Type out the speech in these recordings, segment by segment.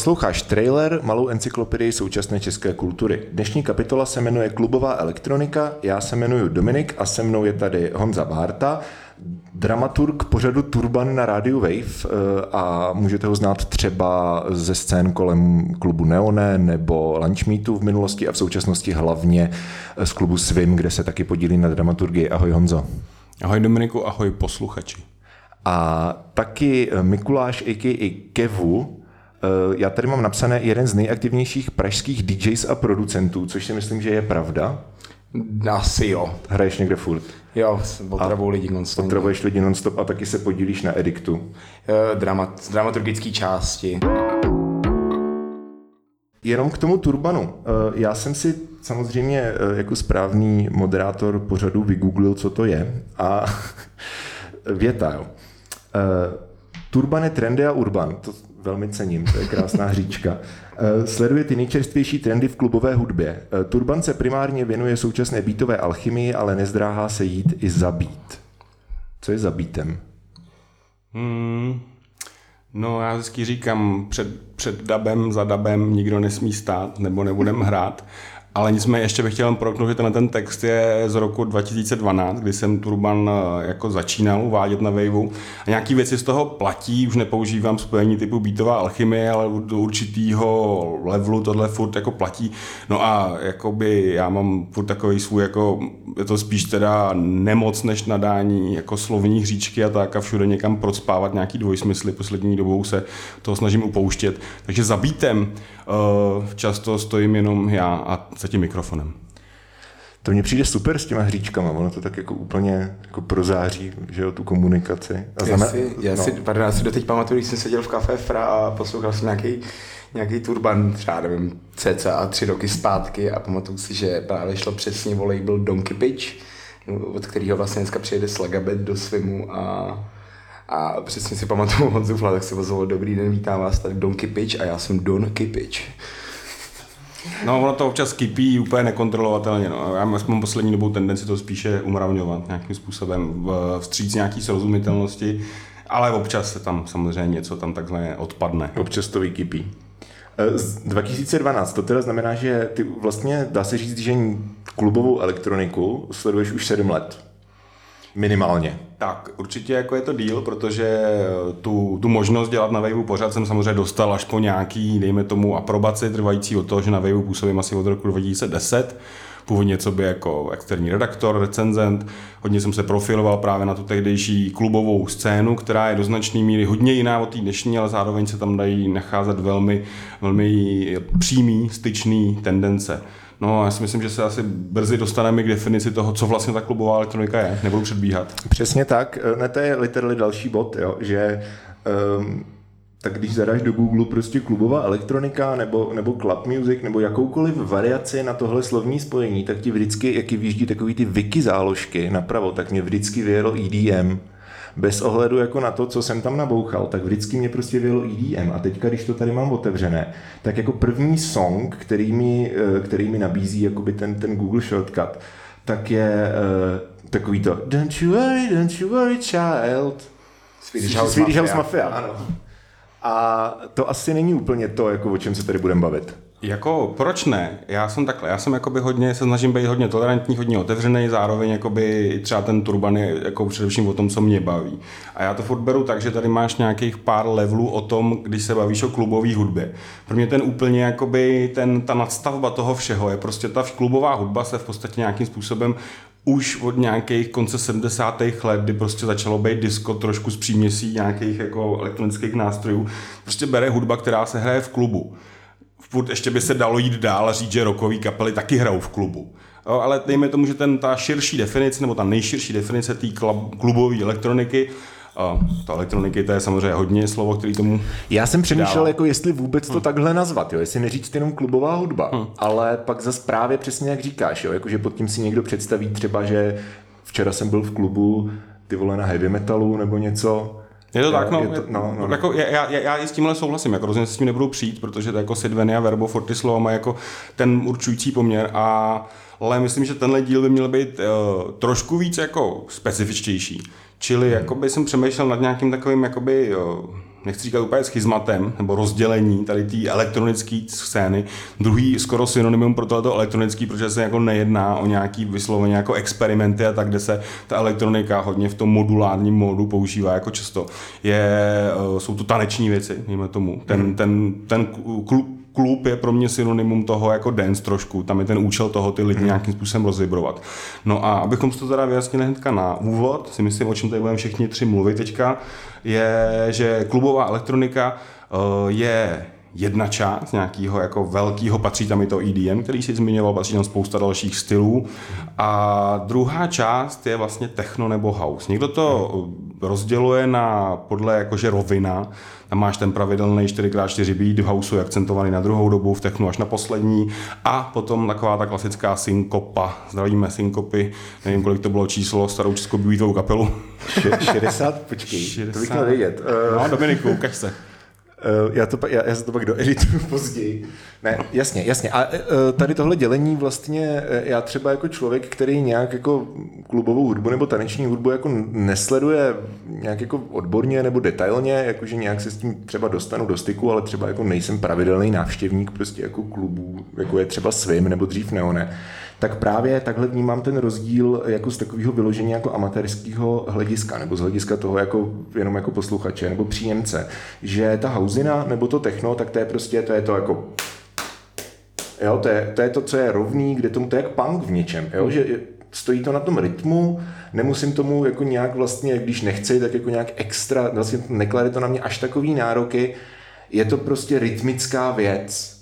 Posloucháš trailer, malou encyklopedii současné české kultury. Dnešní kapitola se jmenuje Klubová elektronika, já se jmenuji Dominik a se mnou je tady Honza Bárta, dramaturg pořadu Turban na rádiu Wave a můžete ho znát třeba ze scén kolem klubu Neone nebo Lunchmeetu v minulosti a v současnosti hlavně z klubu Swim, kde se taky podílí na dramaturgii. Ahoj Honzo. Ahoj Dominiku, ahoj posluchači. A taky Mikuláš a.k.a. Kevu. Já tady mám napsané jeden z nejaktivnějších pražských DJs a producentů, což si myslím, že je pravda. Asi jo. Hraješ někde furt? Jo, potravuju lidi non-stop. Potravuješ lidi non-stop a taky se podílíš na ediktu. Z dramaturgické části. Jenom k tomu Turbanu. Já jsem si samozřejmě jako správný moderátor pořadu vygooglil, co to je. A věta, jo. Turban je trendy a urban. To velmi cením, to je krásná hříčka. Sleduje ty nejčerstvější trendy v klubové hudbě. Turban se primárně věnuje současné beatové alchymii, ale nezdráhá se jít i za beat. Co je za beatem? No já vždycky říkám, před dabem, za dabem nikdo nesmí stát, nebo nebudem hrát. Ale nicméně ještě bych chtěl proknout, že ten text je z roku 2012, kdy jsem Turban jako začínal uvádět na Waveu. A nějaký věci z toho platí, už nepoužívám spojení typu beatová alchymie, ale do určitýho levelu tohle furt jako platí. No a jakoby já mám furt takový svůj, jako je to spíš teda nemoc než nadání jako slovní hříčky a tak a všude někam procpávat nějaký dvojsmysly. Poslední dobou se toho snažím upouštět. Takže za beatem často stojím jenom já a za tím mikrofonem. To mně přijde super s těma hříčkama, ono to tak jako úplně jako prozáří, že jo, tu komunikaci. Já si doteď pamatuju, když jsem seděl v Café Fra a poslouchal jsem nějaký Turban, třeba nevím, cca 3 roky zpátky a pamatuju si, že právě šlo přesně o label Donkey Pitch, od kterého vlastně dneska přijede Slagabet do Swimu a přesně si pamatuju Honzu Fla, tak si vozilo dobrý den, vítám vás tady Donkey Pitch a já jsem Donkey Pitch. No, ono to občas kypí úplně nekontrolovatelně. No. Já mám poslední dobou tendenci to spíše umravňovat nějakým způsobem, vstříc nějaký srozumitelnosti, ale občas se tam samozřejmě něco tam takzvaně odpadne. Občas to vykypí. 2012, to teda znamená, že ty vlastně, dá se říct, že klubovou elektroniku sleduješ už 7 let. Minimálně. Tak, určitě jako je to díl, protože tu možnost dělat na Waveu pořád jsem samozřejmě dostal až po nějaký, dejme tomu, aprobaci trvající od toho, že na Waveu působím asi od roku 2010. Původně co by jako externí redaktor, recenzent. Hodně jsem se profiloval právě na tu tehdejší klubovou scénu, která je do značné míry hodně jiná od té dnešní, ale zároveň se tam dají nacházet velmi, velmi přímý, styčný tendence. No, já si myslím, že se asi brzy dostaneme k definici toho, co vlastně ta klubová elektronika je. Nebudu předbíhat. Přesně tak. Ne, to je literally další bod, jo, že tak když zadáš do Google prostě klubová elektronika nebo club music nebo jakoukoliv variaci na tohle slovní spojení, tak ti vždycky, jak vyjíždí takový ty wiki záložky napravo, tak mě vždycky vyjelo EDM. Bez ohledu jako na to, co jsem tam nabouchal, tak vždycky mě prostě vyjelo EDM. A teďka, když to tady mám otevřené, tak jako první song, který mi nabízí jakoby ten Google shortcut, tak je takový to Don't you worry child. Swedish House Mafia, ano. A to asi není úplně to, jako o čem se tady budeme bavit. Jako, proč ne? Já jsem jakoby hodně, se snažím být hodně tolerantní, hodně otevřený, zároveň jakoby třeba ten Turban je jako především o tom, co mě baví. A já to furt beru tak, že tady máš nějakých pár levelů o tom, když se bavíš o klubové hudbě. Pro mě ten úplně jakoby, ta nadstavba toho všeho je prostě ta klubová hudba se v podstatě nějakým způsobem už od nějakých konce 70. let, kdy prostě začalo být disco trošku s příměsí nějakých jako elektronických nástrojů, prostě bere hudba, která se hraje v klubu. Furt ještě by se dalo jít dál a říct, že rockový kapely taky hrajou v klubu. Jo, ale dejme tomu, že ta širší definice, nebo ta nejširší definice té klubové elektroniky, ta elektroniky, to je samozřejmě hodně slovo, který tomu já jsem přemýšlel, jako jestli vůbec to takhle nazvat, jo? Jestli neříct jenom klubová hudba, ale pak zase právě přesně jak říkáš, jo? Jakože pod tím si někdo představí třeba, že včera jsem byl v klubu, ty vole na heavy metalu nebo něco. Je to tak, no. Jako já i s tímhle souhlasím, jako rozhodně se s tím nebudu přijít, protože to jako Sid Vany a Verbo Forty slova má jako ten určující poměr a ale myslím, že tenhle díl by měl být trošku víc jako specifičtější. Čili jakoby jsem přemýšlel nad nějakým takovým jakoby, nechci říkat úplně schizmatem, nebo rozdělení tady té elektronické scény. Druhý skoro synonymum pro tohleto elektronický, protože se jako nejedná o nějaký vysloveně jako experimenty a tak, kde se ta elektronika hodně v tom modulárním módu používá jako často. Jsou to taneční věci, dejme tomu. Ten klub je pro mě synonymum toho jako dance trošku, tam je ten účel toho ty lidi nějakým způsobem rozvibrovat. No a abychom to teda vyjasnili hnedka na úvod, si myslím, o čem tady budeme všichni tři mluvit teďka, je, že klubová elektronika je jedna část nějakého jako velkého, patří tam i to EDM, který si zmiňoval, patří tam spousta dalších stylů. A druhá část je vlastně techno nebo house. Někdo to rozděluje podle jakože rovina. Tam máš ten pravidelný 4x4 beat, v houseu je akcentovaný na druhou dobu, v technu až na poslední a potom taková ta klasická synkopa. Zdravíme synkopy, nevím, kolik to bylo číslo, starou českou beatovou kapelu. 60? Počkej, 60. To bych měl vědět. No, Dominiku, ukaž se. Já se to pak doedituju později. Ne, jasně. A tady tohle dělení vlastně já třeba jako člověk, který nějak jako klubovou hudbu nebo taneční hudbu jako nesleduje nějak jako odborně nebo detailně, jakože nějak se s tím třeba dostanu do styku, ale třeba jako nejsem pravidelný návštěvník prostě jako klubů, jako je třeba Swim nebo dřív Neone. Tak právě takhle vnímám ten rozdíl jako z takového vyložení jako amatérského hlediska, nebo z hlediska toho jako jenom jako posluchače nebo příjemce, že ta housina nebo to techno, tak to je to jako jo, to je to, co je rovný, kde tomu to je jak punk v něčem, jo, že stojí to na tom rytmu, nemusím tomu jako nějak vlastně, když nechci, tak jako nějak extra, vlastně neklade to na mě až takový nároky, je to prostě rytmická věc.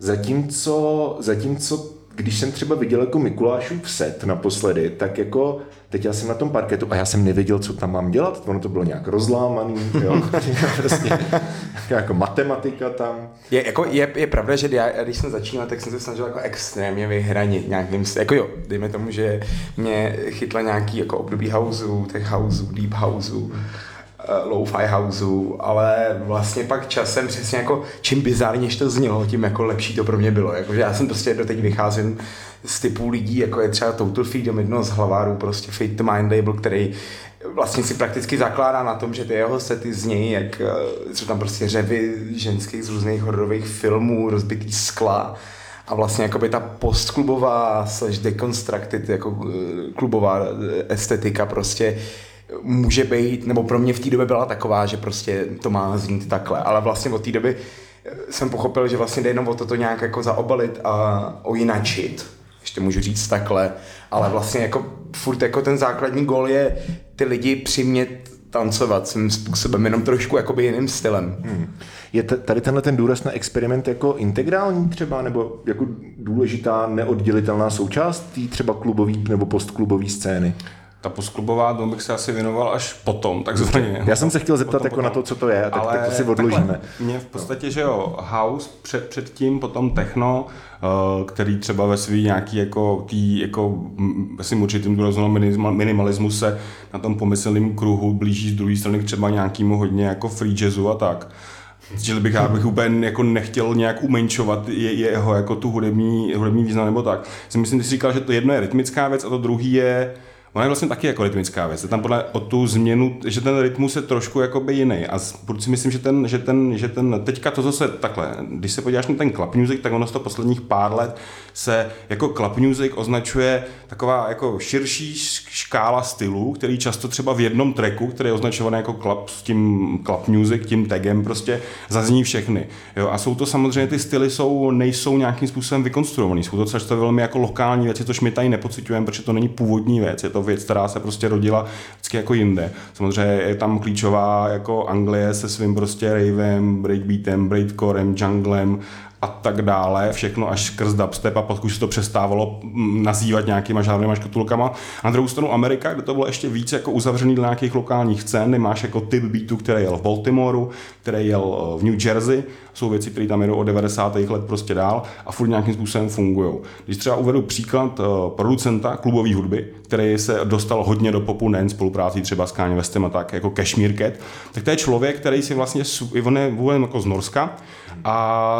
Zatímco když jsem třeba viděl jako Mikulášův set naposledy, tak jako teď já jsem na tom parketu a já jsem nevěděl, co tam mám dělat, ono to bylo nějak rozlámaný, jo, prostě jako matematika tam. Je pravda, že já, když jsem začínal, tak jsem se snažil jako extrémně vyhranit nějakým, jako jo, dejme tomu, že mě chytla nějaký jako období houseu, tech houseu, deep houseu, lo-fi houseu, ale vlastně pak časem přesně jako čím bizarněž to znělo, tím jako lepší to pro mě bylo. Jakože já jsem prostě doteď vycházím z typů lidí, jako je třeba Total Freedom, jedno z hlavárů, prostě Fate the Mind label, který vlastně si prakticky zakládá na tom, že ty jeho sety znějí, jak jsou tam prostě řevy ženských z různých hororových filmů, rozbitý skla a vlastně jakoby ta postklubová / deconstructed jako klubová estetika prostě může být, nebo pro mě v té době byla taková, že prostě to má znít takhle, ale vlastně od té doby jsem pochopil, že vlastně jde jenom o to nějak jako zaobalit a ojinačit, ještě můžu říct takhle, ale vlastně jako furt jako ten základní gól je ty lidi přimět tancovat svým způsobem, jenom trošku jakoby jiným stylem. Je tady tenhle ten důraz na experiment jako integrální třeba, nebo jako důležitá neoddělitelná součást té třeba klubový nebo postklubový scény? Ta postklubová, tomu bych se asi věnoval až potom, takzvaně. Já jsem se chtěl zeptat jako na to, co to je, a tak to si odložíme. Mně v podstatě, že jo, house předtím, potom techno, který třeba ve svý nějaký jako svým určitým důrazem minimalismu se na tom pomyslným kruhu blíží z druhé strany k třeba nějakému hodně jako free jazzu a tak. Čili bych úplně jako nechtěl nějak umenšovat jeho jako tu hudební význam nebo tak. Myslím, že jsi říkal, že to jedno je rytmická věc a to druhý je ona je vlastně taky jako rytmická věc. Je tam podle o tu změnu, že ten rytmus je trošku jakoby jiný. A proč si myslím, že ten teďka to zase takhle, když se podíváš na ten club music, tak ono z toho posledních pár let se jako club music označuje taková jako širší škála stylů, který často třeba v jednom tracku, který je označovaný jako club s tím club music, tím tagem prostě zazní všechny. Jo, a jsou to samozřejmě ty styly nejsou nějakým způsobem vykonstruovaný. Jsou to často velmi jako lokální věci, což my tady nepociťujeme, protože to není původní věc. Je to věc, která se prostě rodila vždycky jako jinde. Samozřejmě je tam klíčová jako Anglie se svým prostě ravem, breakbeatem, breakcorem, junglem a tak dále, všechno až skrz dubstep a pokud se to přestávalo nazývat nějakýma žádnýma škatulkama. A na druhou stranu Amerika, kde to bylo ještě víc jako uzavřený do nějakých lokálních scén, máš jako typ beatu, který jel v Baltimoreu, který jel v New Jersey, jsou věci, které tam jedou od 90. let prostě dál a furt nějakým způsobem fungují. Když třeba uvedu příklad producenta klubové hudby, který se dostal hodně do popu, nejen spoluprácí třeba s Kanye Westem a tak, jako Cashmere Cat, tak to je člověk, který si vlastně, on je jako z Norska a v Norsku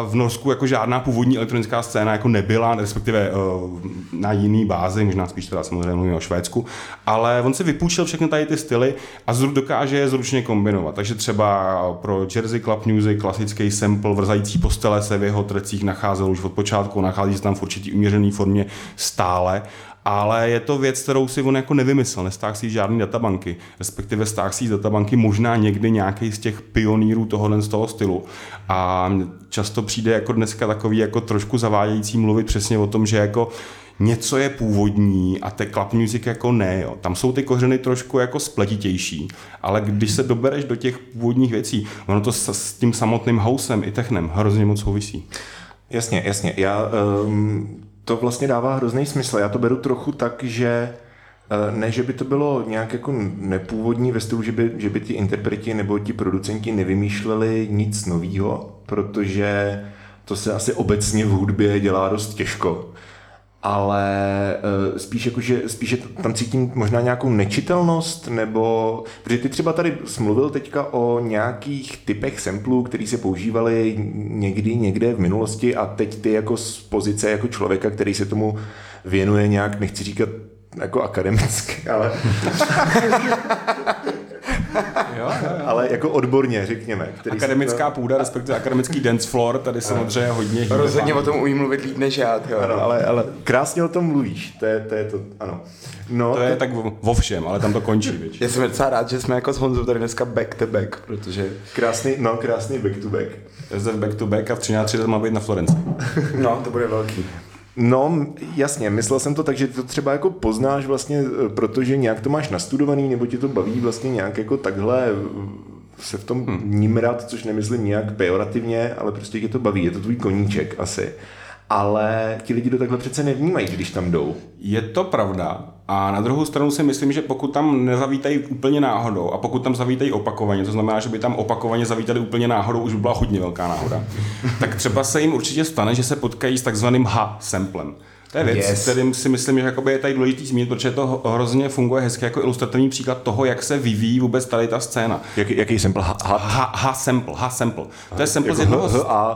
začátku jako žádná původní elektronická scéna jako nebyla, respektive na jiný bázi, možná spíš teda samozřejmě mluvím o Švédsku, ale on si vypůjčil všechny tady ty styly a dokáže je zručně kombinovat. Takže třeba pro Jersey Club Music klasický sample vrzající postele se v jeho trecích nacházel už od počátku, nachází se tam v určitý uměřený formě stále, ale je to věc, kterou si on jako nevymyslel, nestáhl si žádný databanky, respektive stáhl si z databanky možná někdy nějaký z těch pionýrů tohohle z toho stylu. A často přijde jako dneska takový jako trošku zavádějící mluvit přesně o tom, že jako něco je původní a te club music jako ne, jo. Tam jsou ty kořeny trošku jako spletitější, ale když se dobereš do těch původních věcí, ono to s tím samotným housem i technem hrozně moc souvisí. Jasně. To vlastně dává hrozný smysl. Já to beru trochu tak, že ne, že by to bylo nějak jako nepůvodní ve stylu, že by ti interpreti nebo ti producenti nevymýšleli nic novýho, protože to se asi obecně v hudbě dělá dost těžko. Ale spíše tam cítím možná nějakou nečitelnost, nebo protože ty třeba tady mluvil teďka o nějakých typech samplů, které se používaly někde v minulosti a teď ty jako z pozice jako člověka, který se tomu věnuje nějak, nechci říkat jako akademicky, ale ale jako odborně, řekněme. Akademická půda, respektive akademický dance floor, tady samozřejmě hodně hýbe. Rozhodně o tom umím mluvit líp než já. Ano, ale krásně o tom mluvíš, to je to, ano. No, to je tak vo všem, ale tam to končí, víš. Já jsem docela rád, že jsme jako s Honzou tady dneska back to back, protože... Krásný back to back. Josef back to back a v 13.30 má být na Florenci. No, to bude velký. No, jasně, myslel jsem to tak, že to třeba jako poznáš vlastně, protože nějak to máš nastudovaný, nebo tě to baví vlastně nějak jako takhle se v tom nímrat, což nemyslím nějak pejorativně, ale prostě tě to baví, je to tvůj koníček asi. Ale ti lidi to takhle přece nevnímají, když tam jdou. Je to pravda. A na druhou stranu si myslím, že pokud tam nezavítají úplně náhodou a pokud tam zavítají opakovaně, to znamená, že by tam opakovaně zavítali úplně náhodou, už by byla hodně velká náhoda, tak třeba se jim určitě stane, že se potkají s takzvaným samplem. To je věc, kterým si myslím, že je tady důležitý zmínit, protože to hrozně funguje hezky jako ilustrativní příklad toho, jak se vyvíjí vůbec tady ta scéna. Jaký sample? Sample. To je sample z jednoho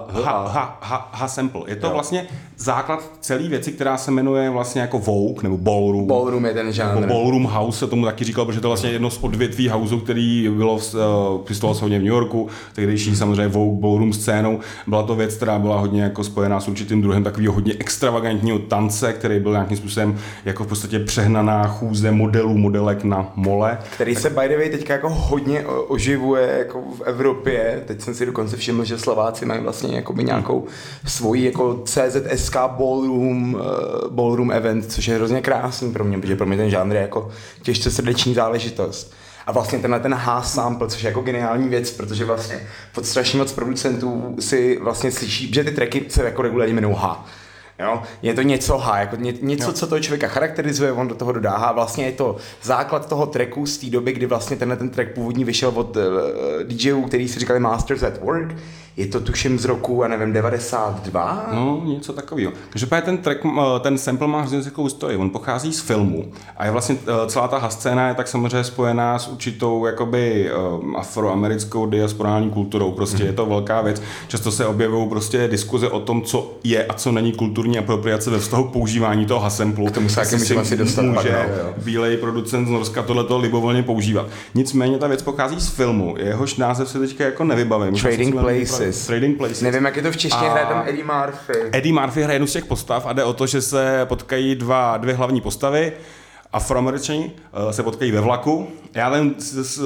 sample. Je to vlastně základ celé věci, která se jmenuje vlastně jako Vogue nebo Ballroom. Ballroom je ten žánr. Ballroom House se tomu taky říkal, protože to je vlastně jedno z odvětví houseu, který bylo pěstovalo se hodně v New Yorku, tehdejší samozřejmě Vogue Ballroom scénou. Byla to věc, která byla hodně jako spojená s určitým druhem takového hodně extravagantního tance, který byl nějakým způsobem jako v podstatě přehnaná chůze modelek na mole. Který se by the way teďka jako hodně oživuje jako v Evropě. Teď jsem si dokonce všiml, že Slováci mají vlastně jakoby nějakou svoji jako CZSK ballroom event, což je hrozně krásný pro mě, protože pro mě ten žánr je jako těžce srdeční záležitost. A vlastně ten sample, což je jako geniální věc, protože vlastně pod strašně moc producentů si vlastně slyší, že ty tracky se jako regulárně jmenují Jo? Je to něco jako něco, co toho člověka charakterizuje, on do toho dodá a vlastně je to základ toho tracku z té doby, kdy vlastně ten track původní vyšel od DJů, který si říkali Masters at Work. Je to tuším z roku, 92? No, něco takového. Takže ten sample má hrozně takovou historii. On pochází z filmu a je vlastně celá ta scéna je tak samozřejmě spojená s určitou jakoby afroamerickou diasporální kulturou. Prostě je to velká věc. Často se objevují prostě diskuze o tom, co je a co není kulturní apropriace ve vztahu k používání toho samplu. K tomu se asi dostat. Může bílej producent z Norska tohleto libovolně používat. Nicméně ta věc pochází z filmu. Jehož název se teďka jako nevybavím. Trading Places. Nevím, jak je to v češtině, hraje tam Eddie Murphy. Eddie Murphy hraje jednu z těch postav a jde o to, že se potkají dvě hlavní postavy. Afroameričani se potkají ve vlaku. Já ten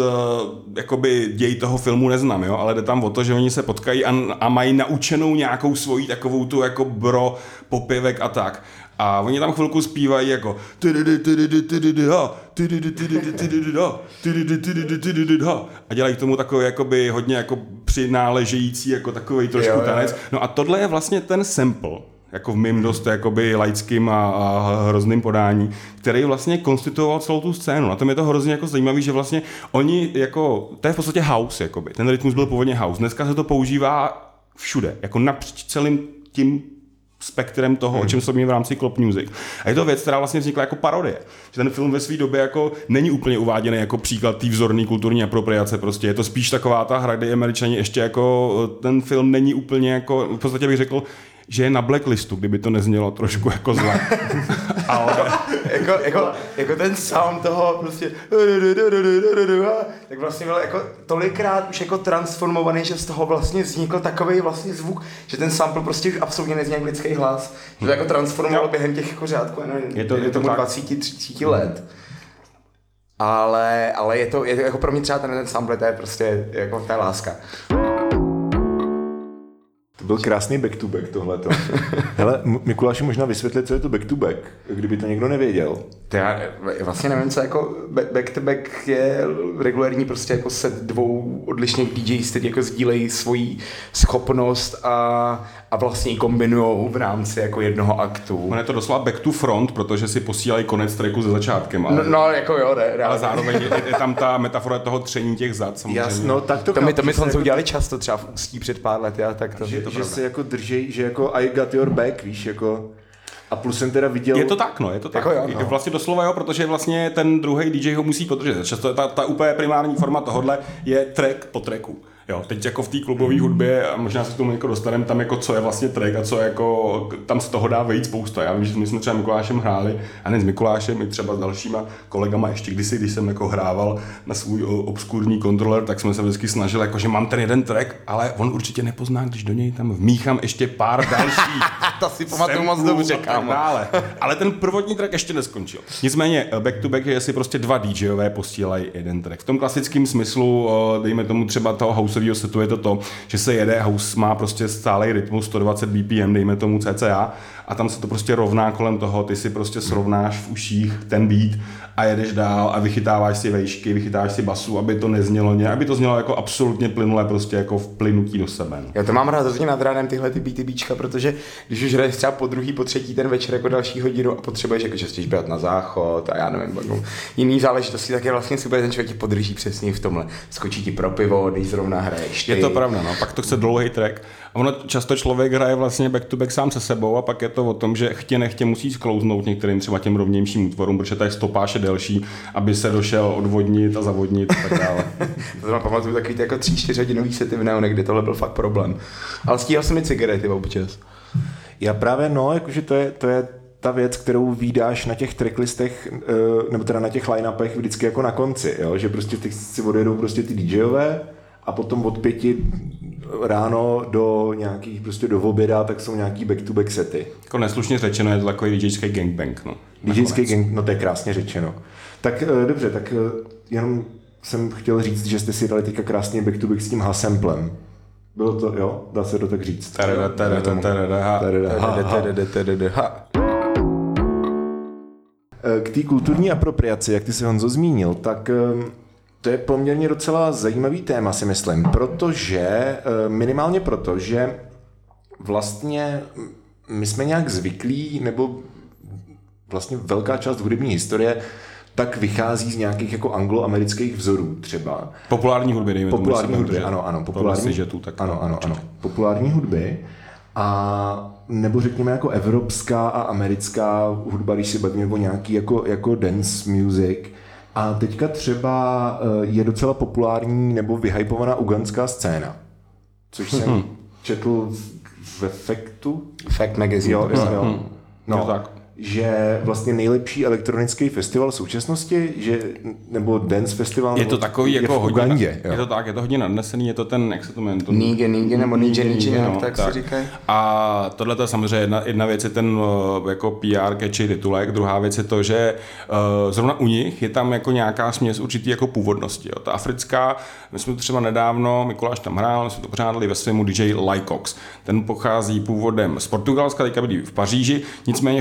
jakoby děj toho filmu neznám, jo? Ale jde tam o to, že oni se potkají a mají naučenou nějakou svoji takovou tu jako bro popěvek a tak. A oni tam chvilku zpívají jako a dělají k tomu takový jakoby hodně jako přináležející jako takový trošku tanec. No a tohle je vlastně ten sample, jako v mým dost jakoby laickým a hrozným podání, který vlastně konstituoval celou tu scénu. Na tom je to hrozně jako zajímavý, že vlastně oni jako, to je v podstatě house, jakoby. Ten rytmus byl původně house. Dneska se to používá všude, jako napříč celým tím spektrem toho, o čem se v rámci Club Music. A je to věc, která vlastně vznikla jako parodie. Že ten film ve své době jako není úplně uváděný jako příklad té vzorné kulturní apropriace. Prostě je to spíš taková ta hra, kde Američani ještě jako ten film není úplně jako, v podstatě bych řekl, že je na blacklistu, kdyby to neznělo trošku jako zle. Ale... jako ten sound toho prostě tak vlastně byl jako tolikrát už jako transformovaný, že z toho vlastně vznikl takovej vlastně zvuk, že ten sample prostě už absolutně nezní jak lidský hlas. Že to jako transformoval během těch jako řádků, je to 20-30 let. Ale je to jako pro mě třeba ten sample, to je prostě jako ta láska. To byl krásný back-to-back tohleto. Hele, Mikuláši možná vysvětlit, co je to back-to-back, kdyby to někdo nevěděl. To já vlastně nevím, co jako back-to-back je regulární prostě jako set dvou odlišných DJs, kteří jako sdílejí svoji schopnost a vlastně ji kombinujou v rámci jako jednoho aktu. On je to doslova back to front, protože si posílají konec tracku se začátkem. Ale, no jako jo, ale zároveň je tam ta metafora toho tření těch zad. Samozřejmě. Jasno, tak to my jsme to udělali často, třeba v Ústí před pár lety, tak to že se jako drží, že jako I got your back, víš, jako... A plus jsem teda viděl... Je to tak, no, je to tak. Jako jo, no. Vlastně doslova jo, protože vlastně ten druhý DJ ho musí podržet. Často ta úplně primární forma tohodle je track po tracku. Jo, teď jako v té klubové hudbě, a možná se k tomu jako dostaneme, tam jako co je vlastně track a co jako, tam se toho dá vejít spousta. Já vím, že my jsme třeba Mikulášem hráli, a ne s Mikulášem, i třeba s dalšíma kolegama, ještě kdysi, když jsem jako hrával na svůj obskurní kontroler, tak jsme se vždycky snažili, jako, že mám ten jeden track, ale on určitě nepozná, když do něj tam vmíchám ještě pár dalších. To si pamatuju moc dobře, kámo. Ale ten prvotní track ještě neskončil. Nicméně back to back je, si prostě dva DJové posílají jeden track. V tom klasickém smyslu, dejme tomu třeba toho houseového setu, je to, že se jede, house má prostě stálej rytmus 120 BPM, dejme tomu cca, a tam se to prostě rovná kolem toho, ty si prostě srovnáš v uších ten beat a jedeš dál a vychytáváš si vejšky, vychytáváš si basu, aby to neznělo aby to znělo jako absolutně plynule, prostě jako v plynutí do sebe. No. Já to mám rád hrozně nad ránem tyhle ty beaty bíčka, protože když už hraješ třeba po druhý, po třetí ten večer jako další hodinu a potřebuješ jako, že chceš běhat na záchod a já nevím, jiný záležitosti, tak je vlastně super, ten člověk ti podrží přesně v tomhle. Skočí ti pro pivo, když zrovna hraješ ty. Je to pravda, no, pak to chce dlouhý track. A ono často člověk hraje vlastně back to back sám se sebou a pak je to o tom, že chtě nechtě musí sklouznout některým třeba těm rovnějším útvorům, protože ta stopáž je delší, aby se došel odvodnit a zavodnit a tak dále. To mám pamatuju takový ty jako 3-4 hodinový sety v Neonech, kde tohle byl fakt problém. Ale stíhal jsem mi cigarety občas. Já právě jakože to je ta věc, kterou vídáš na těch tracklistech, nebo teda na těch line-upech vždycky jako na konci, jo? Že prostě ty si odjedou prostě ty DJové a potom od 5 ráno do nějakých prostě do oběda, tak jsou nějaký back-to-back sety. Jako neslušně řečeno, je to takový DJský gangbang, no. DJský gang, no to je krásně řečeno. Tak dobře, tak jenom jsem chtěl říct, že jste si dali teďka krásně back-to-back s tím Hasamplem. Bylo to, jo? Dá se to tak říct. K té kulturní apropriaci, jak ty se Honzo zmínil, tak to je poměrně docela zajímavý téma, si myslím, protože, minimálně proto, že vlastně my jsme nějak zvyklí, nebo vlastně velká část hudební historie tak vychází z nějakých jako angloamerických vzorů třeba. Populární hudby, dejme tomu. Populární hudby, ano. Populární hudby. A nebo řekněme jako evropská a americká hudba, když si bavíme o nějaký jako dance music. A teďka třeba je docela populární nebo vyhypovaná ugandská scéna. Což jsem četl v Factu. Fact Magazine. Jo. No, tak. Že vlastně nejlepší elektronický festival současnosti, nebo dance festival, je to takový je jako v Ugandě. Je to tak, je to hodně nadnesený, je to ten, jak se to jmenuje? Níge, nebo Níge, no, tak se říkají. A tohle je samozřejmě jedna věc je ten jako PR catchy titulek, druhá věc je to, že zrovna u nich je tam jako nějaká směs určitý jako původnosti. Jo. Ta africká, my jsme to třeba nedávno, Mikuláš tam hrál, my jsme to pořádali ve svému DJ Lycox. Ten pochází původem z Portugalska, teďka bydlí v Paříži, nicméně v Portugalsku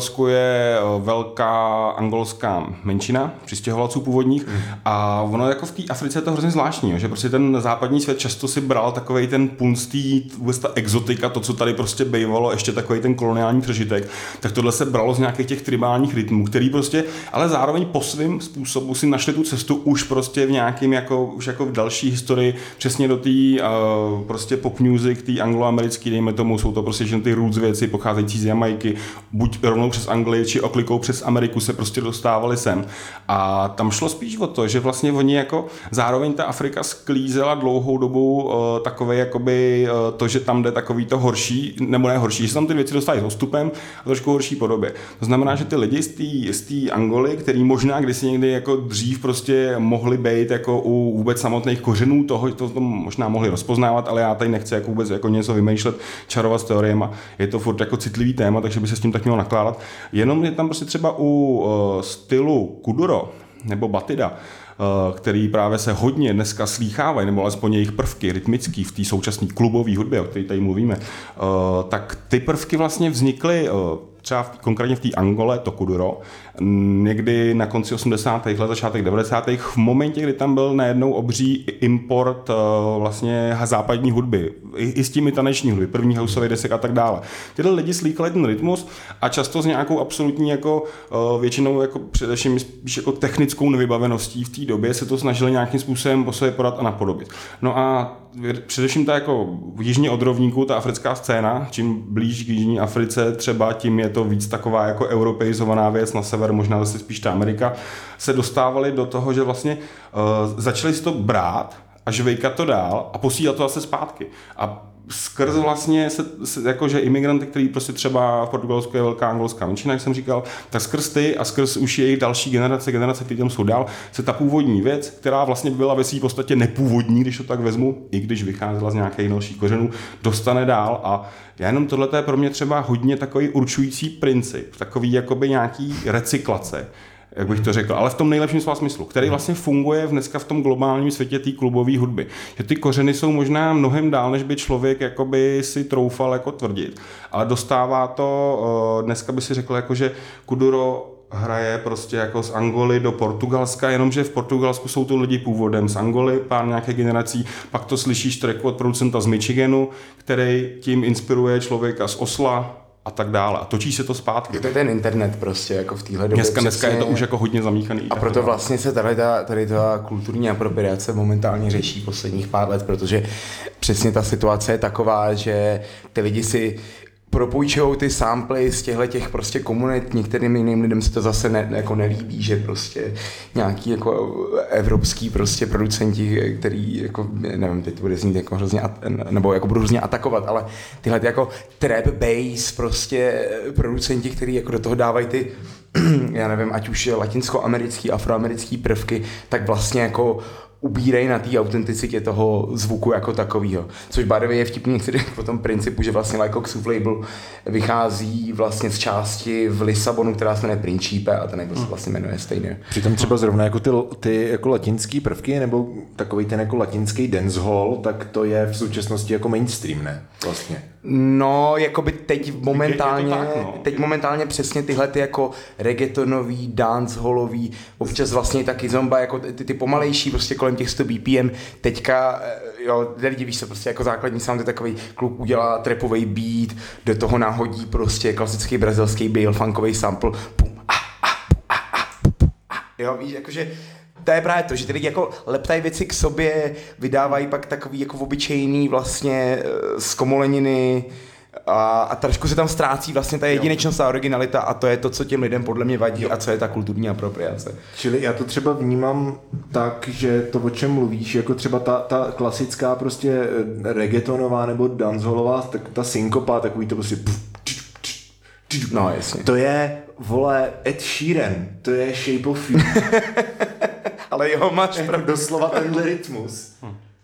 Portugalsku je velká angolská menšina přistěhovalců původních a ono jako v té Africe je to hrozně zvláštní, že prostě ten západní svět často si bral takovej ten punstý, vůbec ta exotika, to, co tady prostě bejvalo, ještě takovej ten koloniální přežitek, tak tohle se bralo z nějakých těch tribálních rytmů, který prostě, ale zároveň po svém způsobu si našli tu cestu už prostě v nějakým už jako v další historii, přesně do té prostě pop music, té angloamerické, dejme tomu, jsou to prostě ty roots věci pocházející z Jamajky, buď rovnou přes Anglii, či oklikou přes Ameriku se prostě dostávali sem. A tam šlo spíš o to, že vlastně oni jako zároveň ta Afrika sklízela dlouhou dobu takové jakoby to, že tam jde takový to horší, nebo ne horší, že se tam ty věci dostávají s odstupem a trošku horší podobě. To znamená, že ty lidi z té Angoly, který možná kdysi někdy jako dřív prostě mohli být jako u vůbec samotných kořenů toho, to možná mohli rozpoznávat, ale já tady nechci jako vůbec jako něco vymýšlet, čarovat s teoriema. Je to furt jako citlivý téma, takže by se s tím tak mělo nakládat. Jenom je tam prostě třeba u stylu kuduro nebo batida, který právě se hodně dneska slýchávají, nebo alespoň jejich prvky rytmický v té současné klubové hudbě, o které tady mluvíme, tak ty prvky vlastně vznikly třeba konkrétně v té Angole, to kuduro, někdy na konci 80. let, začátek 90. v momentě, kdy tam byl najednou obří import vlastně západní hudby, i s těmi taneční hudby, první houseové desek a tak dále. Tyhle lidi slýchali ten rytmus a často s nějakou absolutní jako většinou jako především spíš jako technickou nevybaveností v té době se to snažili nějakým způsobem po sobě podat a napodobit. No a především ta jako jižně od rovníku, ta africká scéna, čím blíž k jižní Africe třeba, tím je to víc taková jako europeizovaná věc, na sever možná zase spíš ta Amerika, se dostávali do toho, že vlastně začali si to brát a žvejkat to dál a posílat to zase zpátky. A skrz vlastně jakože imigranty, který prostě třeba v Portugalsku je velká angolská menšina, jak jsem říkal, tak skrz ty a skrz už jejich další generace, které tam jsou dál, se ta původní věc, která vlastně byla ve své podstatě nepůvodní, když to tak vezmu, i když vycházela z nějakých dalších kořenů, dostane dál a já jenom tohle je pro mě třeba hodně takový určující princip, takový jakoby nějaký recyklace, jak bych to řekl, ale v tom nejlepším slova smyslu, který vlastně funguje dneska v tom globálním světě té klubové hudby. Že ty kořeny jsou možná mnohem dál, než by člověk jakoby si troufal jako tvrdit, ale dostává to, dneska by si řekl, jako, že kuduro hraje prostě jako z Angoly do Portugalska, jenomže v Portugalsku jsou to lidi původem z Angoly, pár nějaké generací, pak to slyšíš tracku od producenta z Michiganu, který tím inspiruje člověka z Osla, a tak dále. A točí se to zpátky. To je ten internet prostě jako v téhle době. Dneska je to už jako hodně zamíchaný. A proto vlastně se tady ta kulturní apropriace momentálně řeší posledních pár let, protože přesně ta situace je taková, že ty lidi si propůjčujou ty samply z těch prostě komunit, některým jiným lidem se to zase jako nelíbí, že prostě nějaký jako evropský prostě producenti, který jako, nevím, teď bude znít jako hrozně, nebo jako budu hrozně atakovat, ale tyhle ty jako trap bass prostě producenti, který jako do toho dávají ty, já nevím, ať už latinskoamerický, afroamerický prvky, tak vlastně jako ubírají na té autenticitě toho zvuku jako takového. Což by je vtipný po tom principu, že vlastně Lycoxův label vychází vlastně z části v Lisabonu, která se jmenuje Principe a ten jako se vlastně jmenuje stejně. Přitom třeba zrovna jako ty jako latinský prvky nebo takový ten jako latinský dancehall, tak to je v současnosti jako mainstream, ne? Vlastně. No, jakoby teď momentálně přesně tyhle ty jako reggaetonový, dancehallový, občas vlastně taky zomba, jako ty pomalejší, prostě kolem těch 100 BPM, teďka, jo, lidi víš se, prostě jako základní sound je takový, kluk udělá trapový beat, do toho náhodí prostě klasický brazilský bail funkový sample, pum, jo, víš, jakože to je právě to, že ty lidi jako leptají věci k sobě, vydávají pak takový jako obyčejný vlastně zkomoleniny a trošku se tam ztrácí vlastně ta jedinečnost a originalita a to je to, co těm lidem podle mě vadí a co je ta kulturní apropriace. Čili já to třeba vnímám tak, že to, o čem mluvíš, jako třeba ta klasická prostě reggaetonová nebo dancehallová, tak ta synkopa, takový to prostě no, jasně. To je, vole, Ed Sheeran, to je Shape of You. Ale jeho máš doslova tenhle rytmus.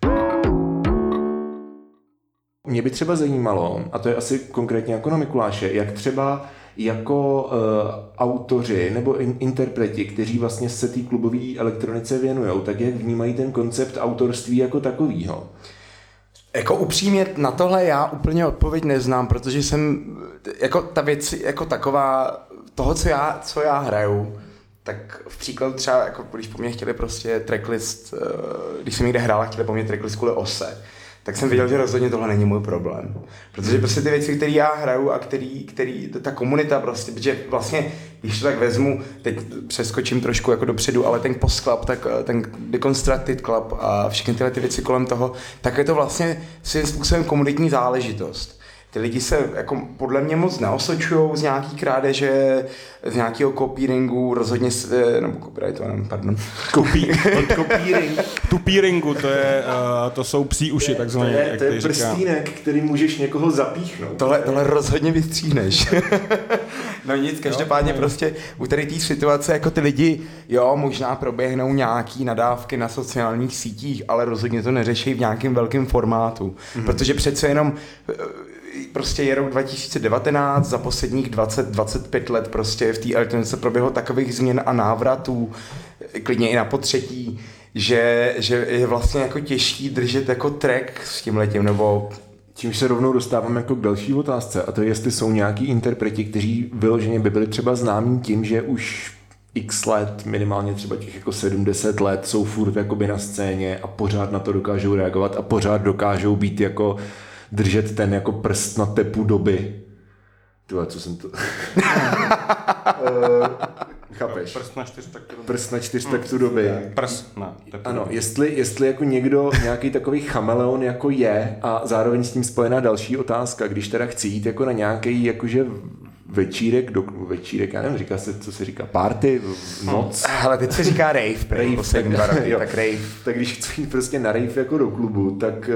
Mě by třeba zajímalo, a to je asi konkrétně jako na Mikuláše, jak třeba jako autoři nebo interpreti, kteří vlastně se té klubové elektronice věnujou, tak jak vnímají ten koncept autorství jako takovýho? Jako upřímně na tohle já úplně odpověď neznám, protože jsem, jako ta věc jako taková, toho, co já hraju, tak v příkladu třeba, jako když po mně chtěli prostě tracklist, když jsem někde hrál a chtěli po mně tracklist kvůli ose, tak jsem viděl, že rozhodně tohle není můj problém. Protože prostě ty věci, které já hraju a který ta komunita prostě, protože vlastně, když to tak vezmu, teď přeskočím trošku jako dopředu, ale ten Post Club, tak ten Deconstructed Club a všechny tyhle ty věci kolem toho, tak je to vlastně svým způsobem komunitní záležitost. Ty lidi se jako podle mě moc neosočujou z nějaký krádeže, z nějakého copyringu, rozhodně nebo copyrightu, pardon. Tupíringu, to jsou psí uši, takzvaně. To je prstínek, který můžeš někoho zapíchnout. Tohle rozhodně vystříhneš. No nic, každopádně prostě u tady té situace jako ty lidi, jo, možná proběhnou nějaký nadávky na sociálních sítích, ale rozhodně to neřeší v nějakém velkém formátu. Protože přece jenom prostě je rok 2019, za posledních 20-25 let prostě v té elektronice proběhlo takových změn a návratů, klidně i na potřetí, že je vlastně jako těžký držet jako track s tímhletím, nebo... Čímž se rovnou dostáváme jako k další otázce, a to je, jestli jsou nějaký interpreti, kteří vyloženě by byli třeba známí tím, že už x let, minimálně třeba těch jako 70 let, jsou furt jakoby na scéně a pořád na to dokážou reagovat a pořád dokážou být jako držet ten jako prst na tepu doby. Tyhle, co jsem to... Chápeš? Prst na čtyřtaktu doby. Prst na tepu. Ano, jestli jako někdo nějaký takový chameleon jako je a zároveň s tím spojená další otázka, když teda chci jít jako na nějaký jakože večírek, já nevím, říká se, co se říká, party, noc. Ale teď se říká rave, poslední 2 roky, tak rave. Tak když chci jít prostě na rave jako do klubu, tak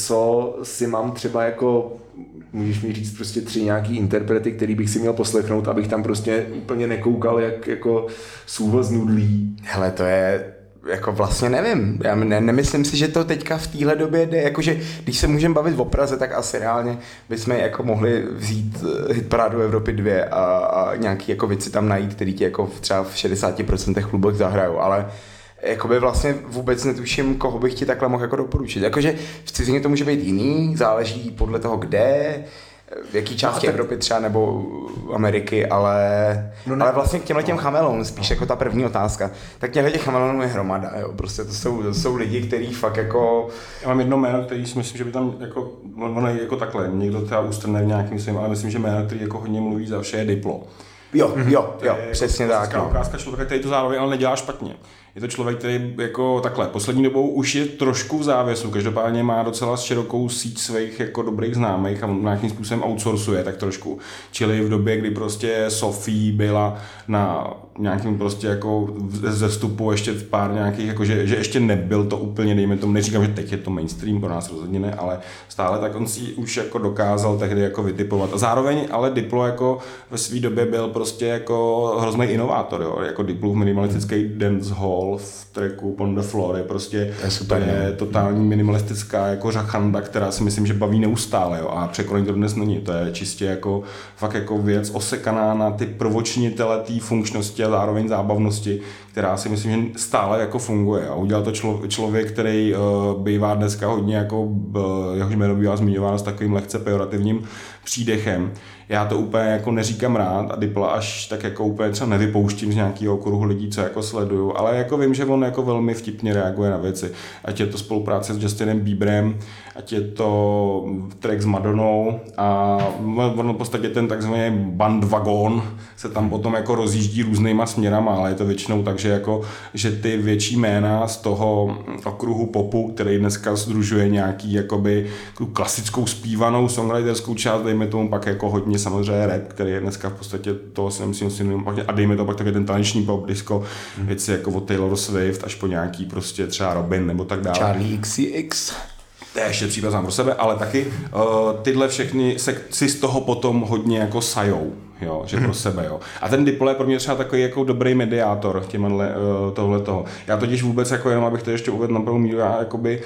co si mám třeba jako, můžeš mi říct prostě 3 nějaký interprety, který bych si měl poslechnout, abych tam prostě úplně nekoukal jak jako sůva z nudlí. Hele, to je... Jako vlastně nevím, já nemyslím si, že to teďka v téhle době jde, jakože když se můžeme bavit o Praze, tak asi reálně bychom jako mohli vzít hitparádu Evropy 2 a nějaký jako věci tam najít, který ti jako třeba v 60% klubech zahrajou, ale jakoby vlastně vůbec netuším, koho bych ti takhle mohl jako doporučit. Jakože v cizině to může být jiný, záleží podle toho kde, v jaký části Evropy třeba nebo Ameriky, ale vlastně k těm chameleonům, spíš jako ta první otázka, tak těchto chameleonů je hromada, jo, prostě to jsou lidi, kteří fakt jako... Já mám jedno jméno, který si myslím, že by tam jako, ono je jako takhle, někdo třeba ústrne v nějakým svým, ale myslím, že jméno, který jako hodně mluví za vše, je Diplo. Jo, přesně tak. No. Ukázka člověka, který to zároveň ale nedělá špatně. Je to člověk, který jako takhle poslední dobou už je trošku v závěsu, každopádně má docela širokou síť svých jako dobrých známých a nějakým způsobem outsourcuje tak trošku. Čili v době, kdy prostě Sophie byla na nějakým prostě jako zestupu ještě v pár nějakých, jako že ještě nebyl to úplně, dejme tomu, neříkám, že teď je to mainstream, pro nás rozhodně ne, ale stále tak on si už jako dokázal tehdy jako vytipovat. A zároveň ale Diplo jako ve své době byl prostě jako hrozný inovátor, jo, jako Diplův minimalistický dancehall v tracku On the Floor je prostě to je totální minimalistická jako řachanda, která si myslím, že baví neustále, jo, a překonání to dnes není, to je čistě jako fakt jako věc osekaná na ty prvočinitele té funkčnosti a zároveň zábavnosti, která si myslím, že stále jako funguje. A udělal to člověk, který bývá dneska hodně jako, jehož jméno bývá zmiňováno s takovým lehce pejorativním přídechem. Já to úplně jako neříkám rád a Dipla až tak jako úplně třeba nevypouštím z nějakého okruhu lidí, co jako sleduju, ale jako vím, že on jako velmi vtipně reaguje na věci. Ať je to spolupráce s Justinem Bieberem, ať je to track s Madonnou a on v podstatě ten takzvaný bandwagon se tam potom jako rozjíždí různýma směrama, ale je to většinou tak, že jako, že ty větší jména z toho okruhu popu, který dneska sdružuje nějaký jakoby klasickou zpívanou songwriterskou část, dejme tomu pak jako hodně samozřejmě rap, který je dneska v podstatě toho si nemyslím synonym, a dejme to pak taky ten taneční pop disco, věci jako od Taylor Swift až po nějaký prostě třeba Robin nebo tak dále. Charlie XCX. To je ještě případ sám pro sebe, ale taky tyhle všechny si z toho potom hodně jako sajou. Jo, že pro sebe, jo. A ten Diplo je pro mě třeba takový jako dobrý mediátor tohletoho. Já totiž vůbec jako jenom, abych to ještě uvedl na první míru, já jakoby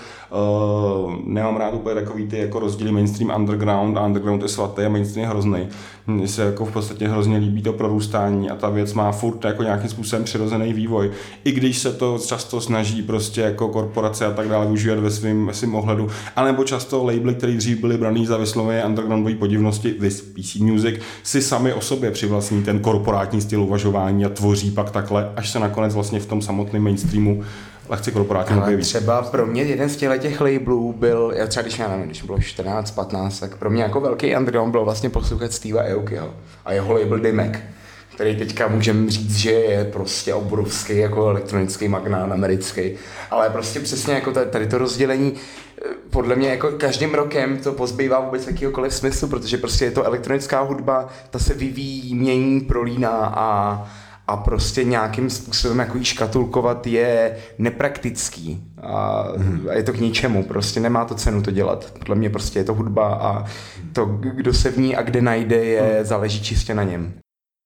nemám rád úplně takový ty jako rozdíly mainstream underground a underground je svatý a mainstream je hrozný. Mně se jako v podstatě hrozně líbí to prorůstání a ta věc má furt jako nějakým způsobem přirozený vývoj. I když se to často snaží prostě jako korporace a tak dále využívat ve svým ohledu, anebo často labely, které dřív byly braný za vysloveně undergroundové podivnosti, vis PC Music, si sami o sobě přivlastní ten korporátní styl uvažování a tvoří pak takhle, až se nakonec vlastně v tom samotném mainstreamu lehce korporátně ale objeví. třeba pro mě jeden z těch labelů byl, já třeba když bylo 14, 15, tak pro mě jako velký underground bylo vlastně poslouchat Steva Aokiho a jeho label Dymek, který teďka můžeme říct, že je prostě obrovský jako elektronický magnát americký, ale prostě přesně jako tady to rozdělení podle mě jako každým rokem to pozbývá vůbec jakýhokoliv smyslu, protože prostě je to elektronická hudba, ta se vyvíjí, mění, prolíná a prostě nějakým způsobem jako jí škatulkovat je nepraktický a je to k ničemu, prostě nemá to cenu to dělat. Podle mě prostě je to hudba a to, kdo se v ní a kde najde, záleží čistě na něm.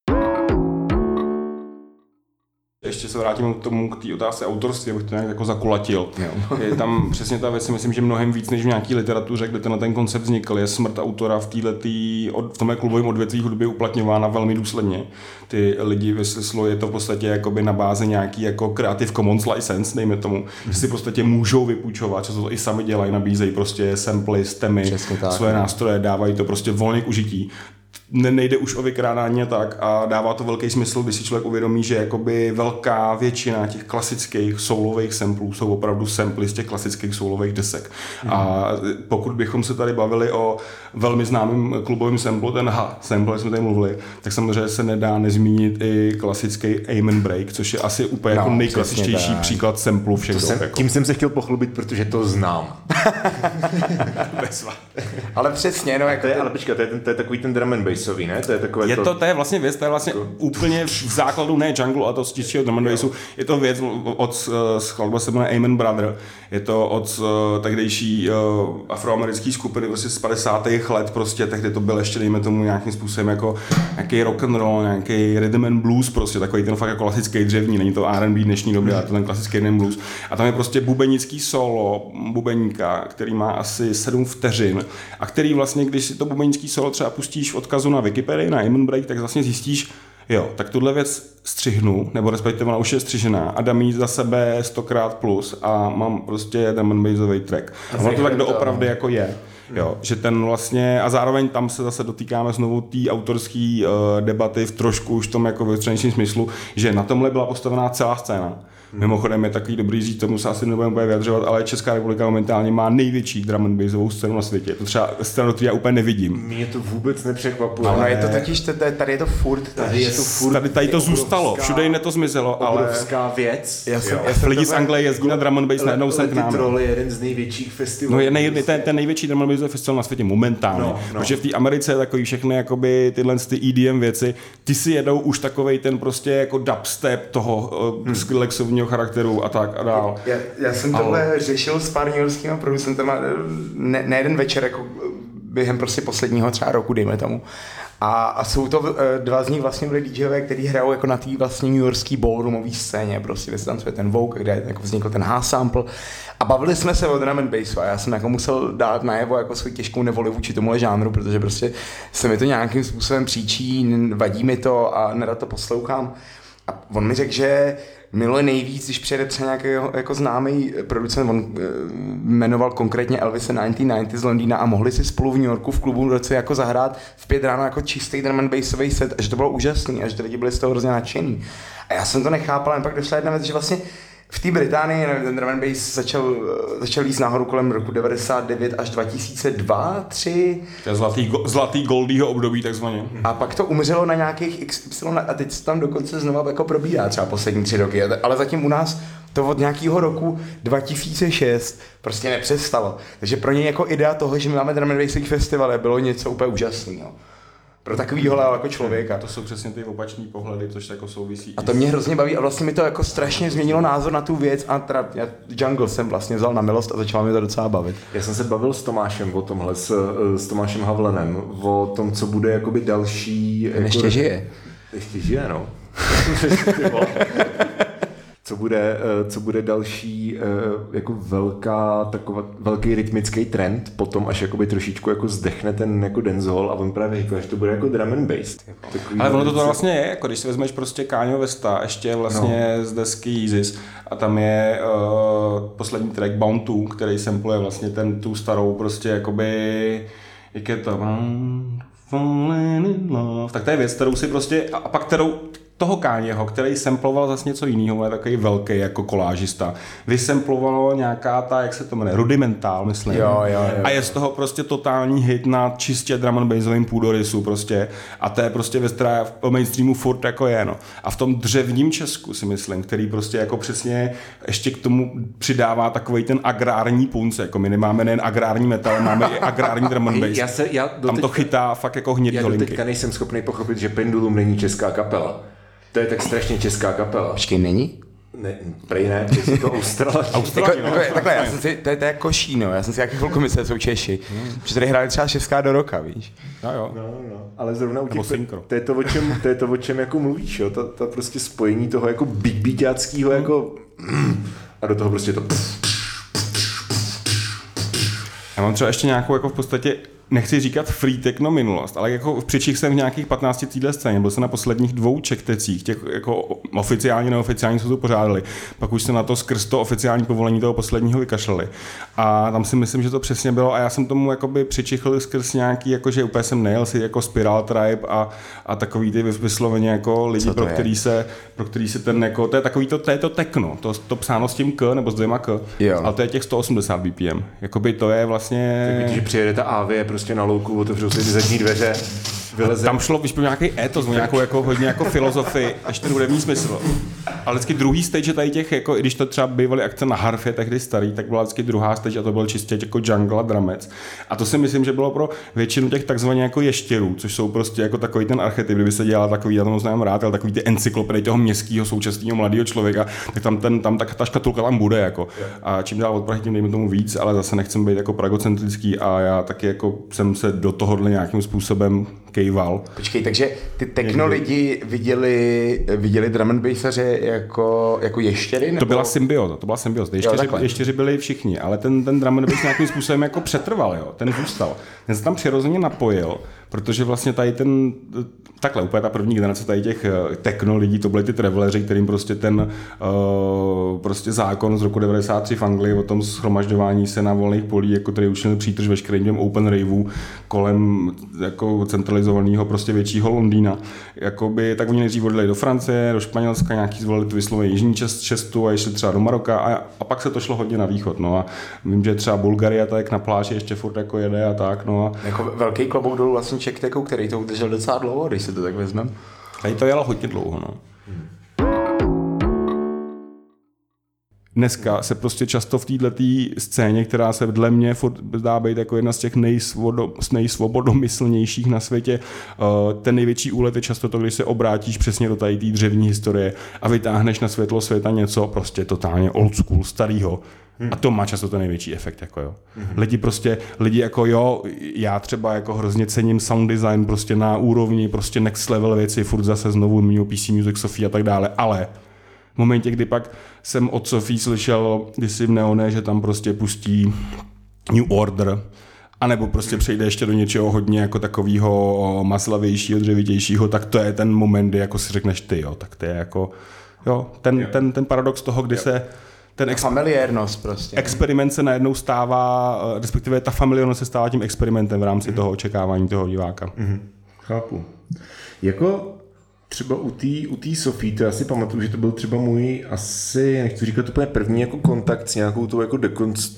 Ještě se vrátím k té otázce autorství, abych to nějak jako zakulatil. Je tam přesně ta věc, myslím, že mnohem víc než v nějaký literatuře, kde ten koncept vznikl, je smrt autora v tomhle klubovém odvětví hudby uplatňována velmi důsledně. Ty lidi je to v podstatě jakoby na bázi nějaký jako Creative Commons license, dejme tomu, že si v podstatě můžou vypůjčovat, že to i sami dělají, nabízejí prostě samply, stemy, svoje nástroje, dávají to prostě volně k užití. Nejde už o vykrádání tak a dává to velký smysl, když si člověk uvědomí, že jakoby velká většina těch klasických soulových samplů jsou opravdu samply z těch klasických soulových desek. A pokud bychom se tady bavili o velmi známém klubovém samplu, ten sample, jak jsme tady mluvili, tak samozřejmě se nedá nezmínit i klasický Amen Break, což je asi úplně jako nejklasičtější příklad samplu všech dob. Tím jsem se chtěl pochlubit, protože to znám. Ale přesně, no jako... Ale počkej, to je takový ten drum and bassový, ne? To je takové to je vlastně věc, to je vlastně úplně v základu ne jungle, ale to z čistého drum and bassu. Je to věc od skladba se jmenuje Amen Brother. Je to od tehdejší afroamerické skupiny prostě z 50. let prostě, tehdy to byl ještě dejme tomu nějakým způsobem jako nějaký rock and roll, nějaký rhythm and blues prostě, takový ten fakt jako klasický dřevní, není to R&B dnešní době, ale to ten klasický rhythm and blues. A tam je prostě bubenický solo bubeníka, který má asi 7 vteřin a který vlastně, když si to bubenický solo třeba pustíš v odkazu na Wikipedii, na Amen Break, tak vlastně zjistíš, jo, tak tuhle věc střihnu, nebo respektive ona už je střižená a dám jí za sebe 100x plus a mám prostě drum and bassový track. A ono to tak doopravdy jako je. Jo, že ten vlastně, a zároveň tam se zase dotýkáme znovu té autorské debaty v trošku už tom jako většinejším smyslu, že na tomhle byla postavená celá scéna. Mimochodem je takový dobrý říct, tomu se asi nebudeme úplně vyjadřovat, ale Česká republika momentálně má největší drum and bassovou scénu na světě. To třeba scénu, kterou já úplně nevidím. Mě to vůbec nepřekvapuje. Ale je to totiž, tady je to furt. Tady to zůstalo, všude jiné to zmizelo, ale... Obrovská věc. Lidi z Anglie jezdí na drum and bass najednou sem k nám. Troll je jeden z největších festivalů. No je ten největší drum and bassový festival na světě momentálně. Protože v té Americe je takový všechny jakoby tyhle EDM věci, ty si jedou už takovej ten prostě jako dubstep toho Skrillexovního charakteru a tak a dál. Já jsem tohle řešil s pár newyorskýma producentama ne jeden večer, jako během prostě posledního třeba roku, dejme tomu. A jsou to dva z nich vlastně byli DJové, kteří hrajou jako na té vlastně newyorský ballroomové scéně, prostě kde se tam ten Vogue, kde jako vznikl ten H-sample. A bavili jsme se o drum and bassu a já jsem jako musel dát najevo jako svou těžkou nevoli vůči tomuhle žánru, protože prostě se mi to nějakým způsobem příčí, vadí mi to a nerad to poslouchám. A on mi řekl, že miluje nejvíc, když přijede třeba nějaký jako známý producent, on jmenoval konkrétně Elvise 1990 z Londýna a mohli si spolu v New Yorku v klubu jako zahrát v 5 ráno jako čistý drum and bassový set a že to bylo úžasný a že ty lidi byli z toho hrozně nadšený. A já jsem to nechápal, a pak došla jedna věc, že vlastně v té Británii ten drum and bass začal jít nahoru kolem roku 99 až 2002, 2003. To je zlatý Goldieho období takzvaně. A pak to umřelo na nějakých XY a teď se tam dokonce znova jako probírá třeba poslední 3 roky. Ale zatím u nás to od nějakého roku 2006 prostě nepřestalo. Takže pro něj jako idea toho, že my máme drum and bassový festivaly, bylo něco úplně úžasného. Pro takovýho jako člověka. To jsou přesně ty opačný pohledy, což jako souvisí. A to mě hrozně baví a vlastně mi to jako strašně změnilo názor na tu věc a já Jungle jsem vlastně vzal na milost a začalo mi to docela bavit. Já jsem se bavil s Tomášem o tomhle, s Tomášem Havlenem, o tom, co bude jakoby další... Ještě žije. Ještě žije, no. Co bude další jako velký rytmický trend potom, až jakoby trošičku jako zdechne ten jako dancehall a on právě říká, že to bude jako drum and bass. Ale ono to vlastně je, jako když si vezmeš prostě Kanye Westa, ještě vlastně z desky Yeezys a tam je poslední track Bound 2, který sampluje vlastně tu starou prostě jakoby, jak je to, Falling in love. Tak to je věc, kterou si prostě, a pak toho Kanyeho, který samploval zase něco jiného, je takový velký jako kolážista. Vysemplovalo nějaká ta, jak se to jmenuje, Rudimentál, myslím. Jo. A je z toho prostě totální hit na čistě drum and bassovým půdorysu prostě. A to je prostě věc, která v mainstreamu furt jako je, no. A v tom dřevním Česku si myslím, který prostě jako přesně ještě k tomu přidává takovej ten agrární punc, jako my nemáme nejen agrární metal, máme i agrární drum and bass. Tam to chytá fakt jako hnědý Já linky. teďka nejsem schopný pochopit, že Pendulum není česká kapela. To je tak strašně česká kapela. Počkej, není? Ne, prej ne, že si to Takhle, já jsem si, to je jako Šíno, já jsem si jaký chvilku myslel, že jsou Češi. Že tady hráli třeba Šestka do roka, víš? Jo. No. Ale zrovna u těch, synchro. to je to, o čem jako mluvíš, jo? Ta prostě spojení toho jako big beatáckýho jako a do toho prostě to. Já mám třeba ještě nějakou jako v podstatě, nechci říkat free techno minulost, ale jako v Přičích jsem v nějakých 15 týdle scéně, byl jsem na posledních 2 čektecích, těch jako oficiálně, neoficiálně se to pořádali, pak už se na to skrz to oficiální povolení toho posledního vykašlali. A tam si myslím, že to přesně bylo a já jsem tomu jakoby přičichl skrz nějaký, jakože úplně jsem nejel si jako Spiral Tribe a takový ty vysloveně jako lidi, pro který se ten jako, to je to techno, to psáno s tím K nebo s 2 K, jo. Ale to je těch 180 BPM, jakoby to je vlastně... Tak když přijede ta AV prostě na louku, otevřou si ty zadní dveře, vyleze. Tam šlo víš, nějaký étos, nějakou jako, hodně jako filozofii, až ten hudební smysl. Ale vždycky druhý stage tady těch, jako, i když to třeba bývaly akce na harfě tehdy starý, tak byla vždycky druhá stage a to byl čistě jako jungle a dramec. A to si myslím, že bylo pro většinu těch takzvaně jako ještěrů, což jsou prostě jako takový ten archetyp, kdyby se dělal takový, já tomu znám rád, ale takový ty encyklopedie toho městského současného mladého člověka, tak tam ta škatulka tam bude jako. A čím dál od Prahy, tím dejme tomu víc, ale zase nechcem být jako pragocentrický a já taky jako jsem se do tohohle nějakým způsobem kejval. Počkej, takže ty techno lidi viděli drum and bassaře jako ještěry? Nebo? To byla symbioza. Ještěři byli všichni, ale ten drum and bass nějakým způsobem jako přetrval, jo. Ten zůstal. Ten se tam přirozeně napojil, protože vlastně tady takhle úplně ta první generace tady těch techno lidí, to byli ty traveleri, kterým prostě ten prostě zákon z roku 93 v Anglii o tom shromažďování se na volných polích, jako který učinil přítrž veškerým těm open ravů kolem jako centralizovaného prostě většího Londýna. Jakoby, tak oni nejdřív odjeli do Francie, do Španělska, nějaký zvolili tu vysloveně jižní čestu a šli třeba do Maroka a pak se to šlo hodně na východ. No a vím, že třeba Bulgaria tak na pláži ještě furt jako jede a tak. No a jako velký klobouk dolů vlastně Čekteku, který to udržel docela dlouho, když se to tak vezmeme. Tady to jelo hodně dlouho, no. Dneska se prostě často v této scéně, která se dle mě dá být jako jedna z těch nejsvobodomyslnějších na světě, ten největší úlet je často to, když se obrátíš přesně do tady té dřevní historie a vytáhneš na světlo světa něco prostě totálně old school, starýho. A to má často ten největší efekt, jako jo. Lidi jako jo, já třeba jako hrozně cením sound design prostě na úrovni prostě next level věci, furt zase znovu mimo PC Music Sofie a tak dále, ale v momentě, kdy pak jsem od Sofie slyšel kdysi v Neone, že tam prostě pustí New Order, anebo prostě přejde ještě do něčeho hodně jako takového maslavějšího, dřevitějšího, tak to je ten moment, kdy jako si řekneš ty, jo, tak to je jako, jo, ten paradox toho, kdy se ten familiérnost prostě. Experiment se najednou stává, respektive ta familiárnost se stává tím experimentem v rámci toho očekávání toho diváka. Chápu. Jako třeba u té Sofie, to já si pamatuju, že to byl třeba můj asi, nechci říkat úplně první jako kontakt s nějakou tou jako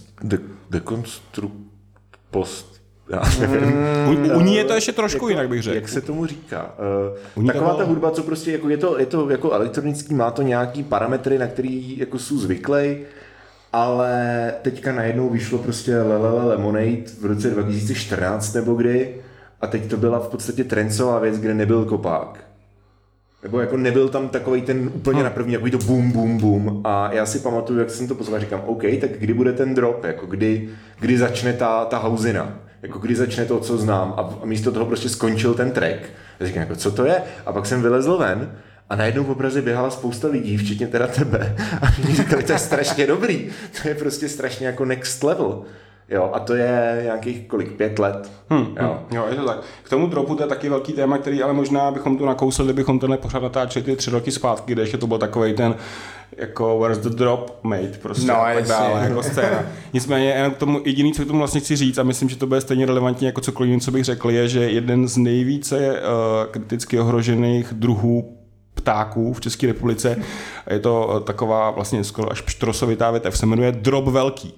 já nevím. U ní je to ještě trošku jako, jinak bych řekl. Jak se tomu říká? Taková ta hudba, co prostě jako je to jako elektronický, má to nějaký parametry, na který jako jsou zvyklej, ale teďka najednou vyšlo prostě Lemonade v roce 2014 nebo kdy a teď to byla v podstatě trencová věc, kde nebyl kopák. Nebo jako nebyl tam takovej ten úplně na první, takový to boom, boom, boom. A já si pamatuju, jak jsem to poslal, říkám, OK, tak kdy bude ten drop, jako kdy začne ta housina, jako kdy začne to, co znám. A místo toho prostě skončil ten track. Já říkám, jako, co to je? A pak jsem vylezl ven a najednou po Praze běhala spousta lidí, včetně teda tebe. A mi říkali, to je strašně dobrý, to je prostě strašně jako next level. Jo, a to je nějakých 5 let. Jo, je to tak. K tomu dropu to je taky velký téma, který ale možná bychom tu nakousli, kdybychom tenhle pořád natáčeli ty 3 roky zpátky, kde ještě to byl takovej ten jako where's the drop mate, prostě no, a tak dále, jako scéna. Nicméně jenom k tomu jediný, co k tomu vlastně chci říct, a myslím, že to bude stejně relevantní jako cokoliv, co bych řekl, je, že jeden z nejvíce kriticky ohrožených druhů ptáků v České republice, je to taková vlastně skoro až pštrosovitá větev, se jmenuje drop velký.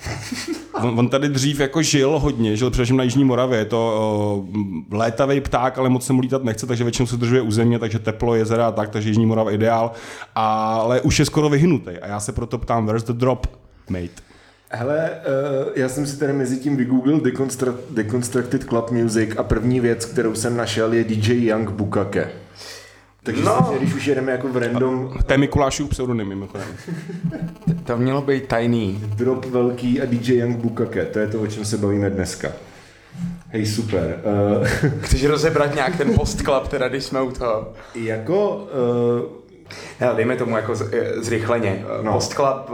On tady dřív jako žil především na Jižní Moravě, je to létavý pták, ale moc se mu lítat nechce, takže většinou se držuje u země, takže teplo, jezera a tak, takže Jižní Morava ideál, ale už je skoro vyhnutý a já se proto ptám, where's the drop, mate? Hele, já jsem si tady mezi tím vygooglil Deconstructed Club Music a první věc, kterou jsem našel, je DJ Young Bukake. Takže když už jedeme jako v random... To je Mikulášův pseudonym, mimochodem. To mělo být tajný. Drop velký a DJ Young Bukake, to je to, o čem se bavíme dneska. Hej, super. Chceš rozebrat nějak ten postklap, teda když jsme u toho? Jako... Hele, dejme tomu jako zrychleně. No. Postklap,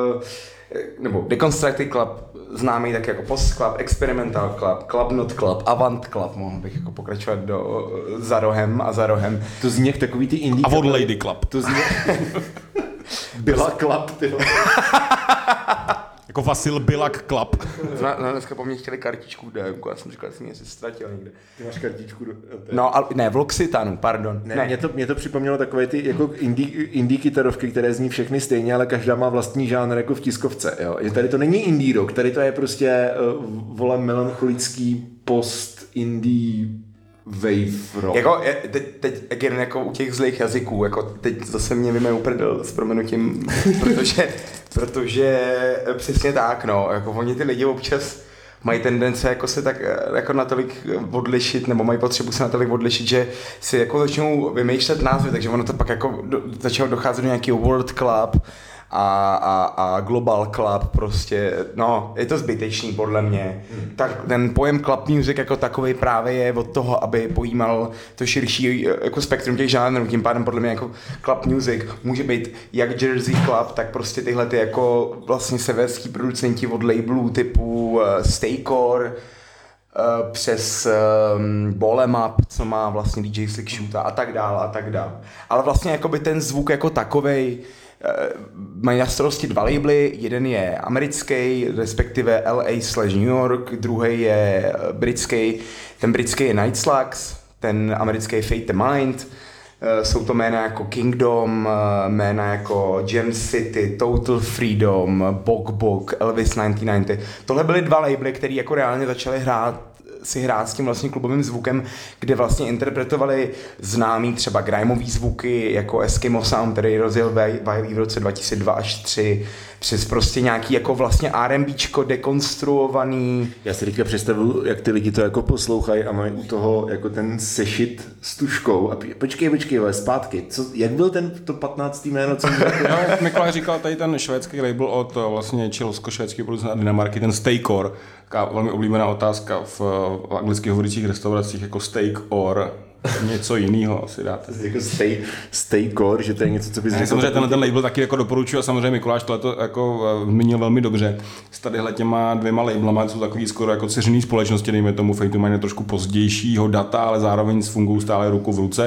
nebo Deconstructed Club, známý tak jako Postklap, Experimental Club, Club Not Club, Avant Club, mohl bych jako pokračovat za rohem a za rohem. To zní jak takový ty indie... A od Lady Club. To zní... Byla Club, ty. Jako Vasil Bilak Club. Dneska po mně chtěli kartičku DMku, já jsem říkal, že jsem ji ztratil někde. Ty máš kartičku... No, ale ne, v L'Occitanu, pardon. Ne. Mě to připomnělo takové ty jako indie kytarovky, které zní všechny stejně, ale každá má vlastní žánr jako v tiskovce. Jo. Tady to není indie rock, tady to je prostě vole melancholický post-indie wave rock. Jako, teď jen jako u těch zlých jazyků, jako teď zase mě vymejou prdel s prominutím, protože přesně tak, no, jako oni ty lidi občas mají tendence jako se tak jako natolik odlišit, nebo mají potřebu se natolik odlišit, že si jako začnou vymýšlet názvy, takže ono to pak jako začalo docházet do nějakého World Club a Global Club prostě, no, je to zbytečný podle mě. Tak ten pojem club music jako takový právě je od toho, aby pojímal to širší jako spektrum těch žánrů, tím pádem podle mě jako club music může být jak Jersey Club, tak prostě tyhle ty jako vlastně severský producenti od labelů typu Staycore, přes Bolem Up, co má vlastně DJ Slick Shoota a tak dále. Ale vlastně jakoby ten zvuk jako takovej mají na starosti 2 labely, jeden je americký, respektive LA/New York, druhý je britský, ten britský je Night Slugs, ten americký Fate the Mind, jsou to jména jako Kingdom, jména jako Jam City, Total Freedom, Bok, Elvis 1990. Tohle byly 2 labely, které jako reálně začaly hrát s tím vlastně klubovým zvukem, kde vlastně interpretovali známý třeba grimeový zvuky jako Eskimo Sound, který rozjel Wiley v roce 2002 až 2003, přes prostě nějaký jako vlastně R&Bčko dekonstruovaný. Já si teďka představuju, jak ty lidi to jako poslouchají a mají u toho jako ten sešit s tuškou a počkej, ale zpátky. Jak byl to 15. jméno? Co Mikolaj říkal tady ten švédský label od vlastně čilsko-švédský producent Dinamarky, ten Staycore, velmi oblíbená otázka v anglicky hovořících restauracích jako steak or něco jiného asi dáte. Jako Staycore, že to je něco, co bys řekl. Samozřejmě ten label taky jako doporučuji a samozřejmě Mikuláš tohleto jako zmínil velmi dobře. S tadyhle těma 2 labelama jsou takový skoro jako dceřiný společnosti, dejme tomu Fate to Mind je trošku pozdějšího data, ale zároveň fungují stále ruku v ruce.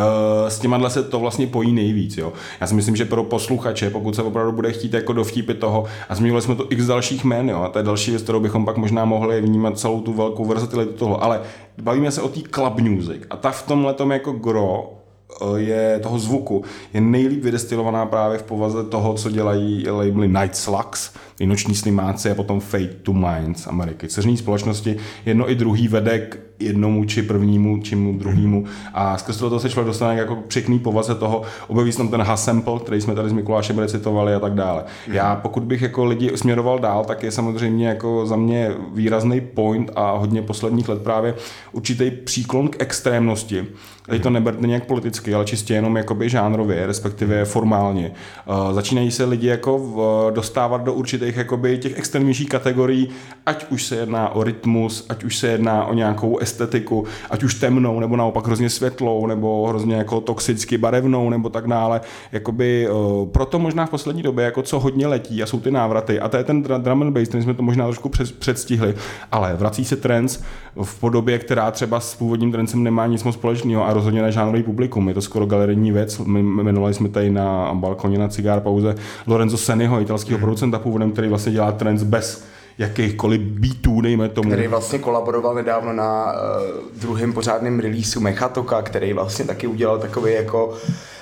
S těma se to vlastně pojí nejvíc. Jo. Já si myslím, že pro posluchače, pokud se opravdu bude chtít jako dovtípit toho, a zmínili jsme to x dalších jmén, jo, a to je další věc, kterou bychom pak možná mohli vnímat celou tu velkou verzatilitu toho, ale bavíme se o té club music a ta v tomhletom jako gro je toho zvuku je nejlíp vydestilovaná právě v povaze toho, co dělají labely Night Slugs, ty noční slimáci a potom Fate to Mind z Ameriky. Dceřní společnosti jedno i druhý vede k jednomu či prvnímu, či druhému a skrz toho se člověk dostane jako překný povaze toho, objeví se tam ten sample, který jsme tady s Mikulášem recitovali a tak dále. Já pokud bych jako lidi směroval dál, tak je samozřejmě jako za mě výrazný point a hodně posledních let právě určitý příklon k extrémnosti. Tady to neberte nějak politicky, ale čistě jenom jakoby žánrově, respektive formálně. Začínají se lidi jako dostávat do určitých jakoby těch extrémnějších kategorií, ať už se jedná o rytmus, ať už se jedná o nějakou estetiku, ať už temnou, nebo naopak hrozně světlou, nebo hrozně jako toxicky barevnou, nebo tak dále. Jakoby, proto možná v poslední době, jako co hodně letí a jsou ty návraty, a to je ten drum and bass, který jsme to možná trošku předstihli, ale vrací se trance v podobě, která třeba s původním trancem nemá nic moc společného a rozhodně na žánrový publikum. Je to skoro galerijní věc. My jmenovali jsme tady na balkoně na cigár pauze Lorenzo Seniho, italského producenta původem, který vlastně dělá trance bez jakýchkoliv beatů, dejme tomu. Který vlastně kolaboroval nedávno na druhém pořádném releaseu Mechatoka, který vlastně taky udělal takový jako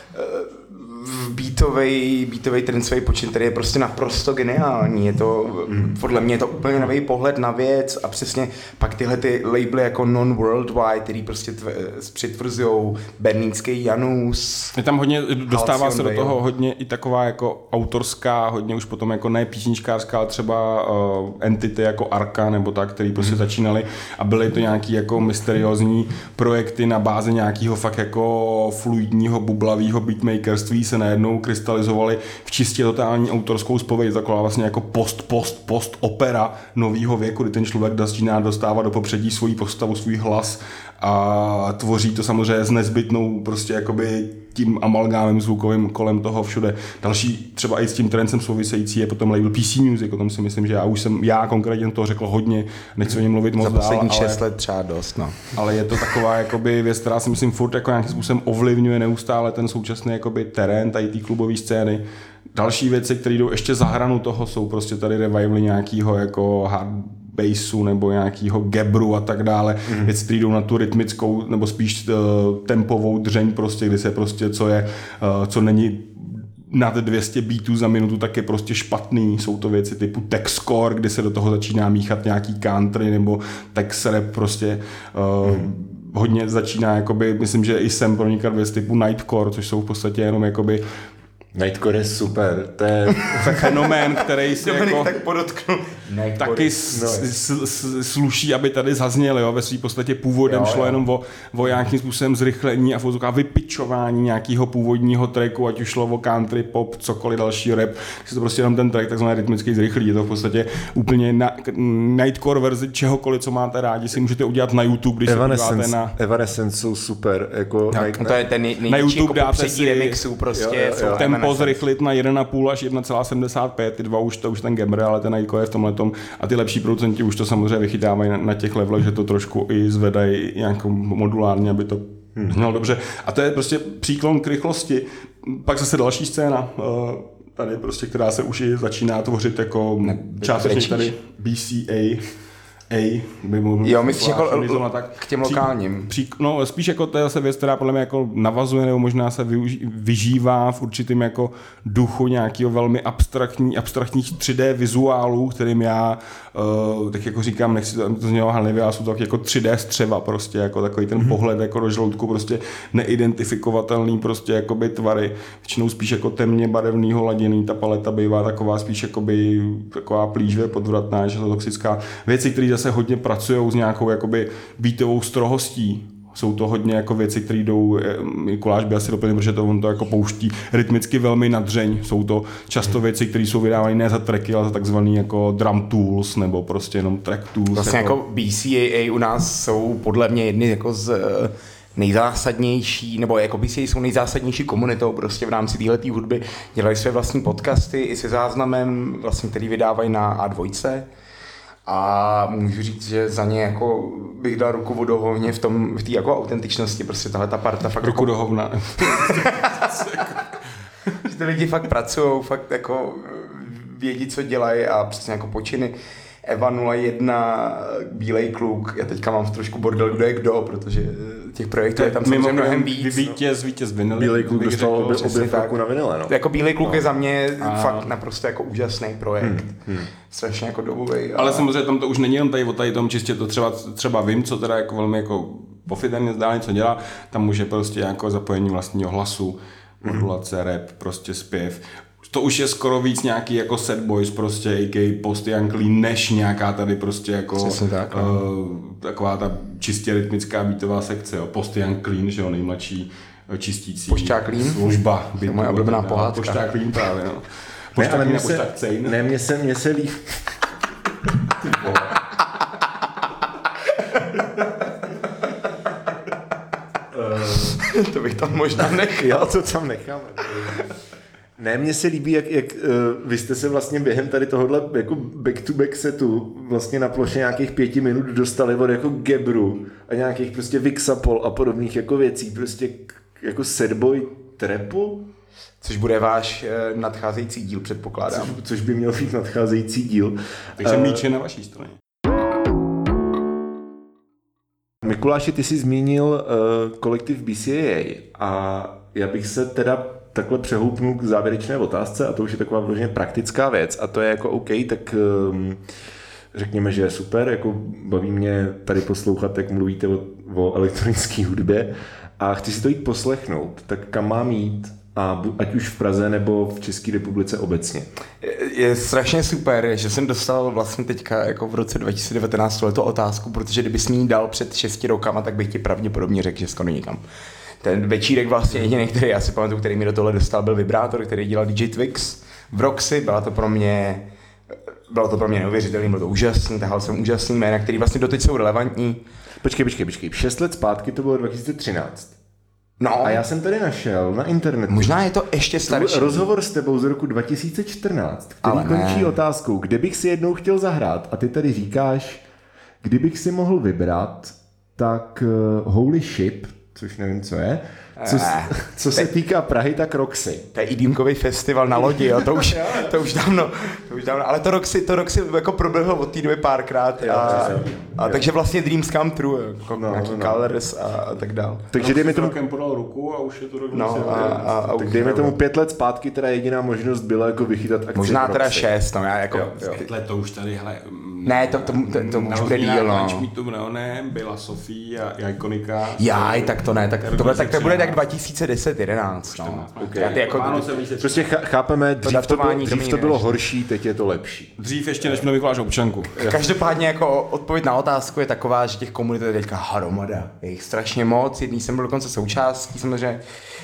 beatovej trendsový počin, který je prostě naprosto geniální. Je to, podle mě je to úplně nový pohled na věc a přesně pak tyhle ty labely jako Non-Worldwide, který prostě přitvrzujou berlínský Janus. Je tam hodně, dostává se do toho hodně i taková jako autorská, hodně už potom jako ne písničkářská, ale třeba entity jako Arka nebo tak, který prostě začínaly a byly to nějaký jako mysteriózní projekty na bázi nějakého fakt jako fluidního, bublavého beatmakerství se najednou krystalizovaly v čistě totální autorskou zpověď, taková vlastně jako post opera novýho věku, kdy ten člověk začíná dostávat do popředí svoji postavu, svůj hlas a tvoří to samozřejmě s nezbytnou prostě jakoby tím amalgámem zvukovým kolem toho všude. Další třeba i s tím trencem související je potom label PC Music, o tom si myslím, že já konkrétně toho řekl hodně, nechci o něm mluvit moc dál. Za poslední 6 let třeba dost, no. Ale je to taková jakoby věc, která si myslím furt jako nějakým způsobem ovlivňuje neustále ten současný jakoby terén tady té klubové scény. Další věci, které jdou ještě za hranu toho, jsou prostě tady revivaly nějakého jako hard bassu nebo nějakého gebru a tak dále. Věci, které jdou na tu rytmickou nebo spíš tempovou dřeň prostě, kdy se prostě co není nad 200 beatů za minutu, tak je prostě špatný. Jsou to věci typu techscore, kdy se do toho začíná míchat nějaký country nebo tex rap prostě hodně začíná, jakoby, myslím, že i sem pronikat věc typu nightcore, což jsou v podstatě jenom jakoby Nightcore je super, to je fenomén, který si jako tak podotknul. taky sluší, aby tady zazněl, jo, ve svým podstatě původem šlo jenom o nějakým způsobem zrychlení a vypičování nějakého původního tracku, ať už šlo o country, pop, cokoliv další rap, je to prostě jenom ten track takzvaný rytmický zrychlí, je to v podstatě úplně nightcore verzi čehokoliv, co máte rádi, si můžete udělat na YouTube, když se podíváte na Evanescence jsou super, jako to je ten největší jako popředí remixů prostě. Tempo zrychlit na 1,5 až 1,75, ty dva už ten Gemre, ale ten Nightcore je v tomhletom a ty lepší producenti už to samozřejmě vychytávají na těch levelech, že to trošku i zvedají nějakou modulárně, aby to znělo dobře. A to je prostě příklon k rychlosti. Pak zase další scéna, tady prostě, která se už i začíná tvořit jako částečně tady BCA. Jo, myslíš jako k těm lokálním. No, spíš jako to je zase věc, která podle mě jako navazuje nebo možná se vyžívá v určitým jako duchu nějakého velmi abstraktních 3D vizuálů, kterým já tak jako říkám, nechci to znělo hanlivě, ale jsou to tak jako 3D střeva prostě, jako takový ten pohled jako do žaludku, prostě neidentifikovatelný prostě jakoby tvary, většinou spíš jako temně barevnýho laděný, ta paleta bývá taková spíš jakoby taková plíživě podvratná, že to toxická. Věci, které zase hodně pracují s nějakou jakoby beatovou strohostí. Jsou to hodně jako věci, které jdou, Mikuláš by asi doplnil, protože on to jako pouští rytmicky velmi na dřeň. Jsou to často věci, které jsou vydávány ne za tracky, ale za takzvaný jako drum tools, nebo prostě jenom track tools. Vlastně jako BCAA u nás jsou podle mě jedny jako z nejzásadnější, nebo jako BCAA jsou nejzásadnější komunitou prostě v rámci téhletý hudby. Dělají své vlastní podcasty i se záznamem, vlastně, který vydávají na A2. A můžu říct, že za ně jako bych dal ruku vodohovně v té jako autentičnosti, prostě tahle ta parta fakt ruku jako... do hovna. Že ty lidi fakt pracujou, fakt jako vědí, co dělají a přesně jako počiny. Eva 01, Bílej kluk, já teďka mám trošku bordel, kdo je kdo, protože těch projektů je tam samozřejmě mnohem víc. Vítěz vinily. Bílej kluk dostal obě na vinyle, no. Jako Bílej kluk je za mě fakt naprosto jako úžasný projekt. Strašně jako dobovej. Ale samozřejmě tam to už není jenom tady tom čistě to třeba vím, co teda jako velmi jako pofiderně zdálně co dělá, tam může prostě jako zapojení vlastního hlasu, modulace, rap, prostě zpěv. To už je skoro víc nějaký jako Sad Boys prostě, a.k.a. Post Young Clean, než nějaká tady prostě jako taková ta čistě rytmická beatová sekce, jo. Post Young Clean, že jo, nejmladší čistící Pošťák Clean? služba. To je moje oblíbená pohádka. Pošťák Clean právě, no. Pošta ale Knína, pošta Kcejn. ne, mně se líbí. To bych tam možná nechal. Jo, to tam necháme. Ne, mně se líbí, jak vy jste se vlastně během tady tohohle jako back-to-back setu vlastně na ploše nějakých 5 minut dostali od jako Gebru a nějakých prostě Vixapol a podobných jako věcí, prostě jako setboj trapu. Což bude váš nadcházející díl, předpokládám. Což by měl být nadcházející díl. Takže míč je na vaší straně. Mikuláši, ty jsi zmínil kolektiv BCAA a já bych se teda takhle přehoupnul k závěrečné otázce a to už je taková vloženě praktická věc a to je jako OK, tak řekněme, že je super, jako baví mě tady poslouchat, jak mluvíte o elektronické hudbě a chci si to jít poslechnout, tak kam mám jít? A ať už v Praze nebo v České republice obecně. Je strašně super, že jsem dostal vlastně teďka jako v roce 2019 tuto otázku, protože kdybys mi ji dal před 6 rokama, tak bych ti pravděpodobně řekl, že skoro nikam. Ten večírek vlastně jediný, který já si pamatuju, který mi do tohle dostal, byl Vibrátor, který dělal DJ Twix v Roxy, bylo to pro mě neuvěřitelné, bylo to úžasný, tahal jsem úžasný jména, který vlastně doteď jsou relevantní. Počkej, 6 let zpátky to bylo 2013. No. A já jsem tady našel na internetu. Možná je to ještě starší. Rozhovor s tebou z roku 2014, který Ale končí ne. otázkou, kde bych si jednou chtěl zahrát. A ty tady říkáš, kdybych si mohl vybrat, tak Holy Ship, což nevím, co je. Co se týká Prahy, tak Roxy. To je idýmkový festival na lodi, jo, to už dávno, ale to Roxy jako proběhlo od té doby párkrát a takže vlastně Dreams Come True, jako nějaký Colors a tak dál. Takže dejme tomu podal ruku a už je to tak dejme tomu 5 let zpátky, teda jediná možnost byla jako vychytat akci. Možná teda Roxy. 6, no já jako... 5 let to už tady, hele... Ne, to už bude díl, no. Meetu Neonem byla Sofie a Ikonika. Jaj, tak to ne, tak to bude tak 2010-11, no. Okay. Jako, prostě chápeme, dřív to bylo než... horší, teď je to lepší. Dřív ještě, než měl Mikuláš občanku. Každopádně jako odpověď na otázku je taková, že těch komunit je teďka hromada. Je jich strašně moc, jedný jsem byl dokonce součástí samozřejmě.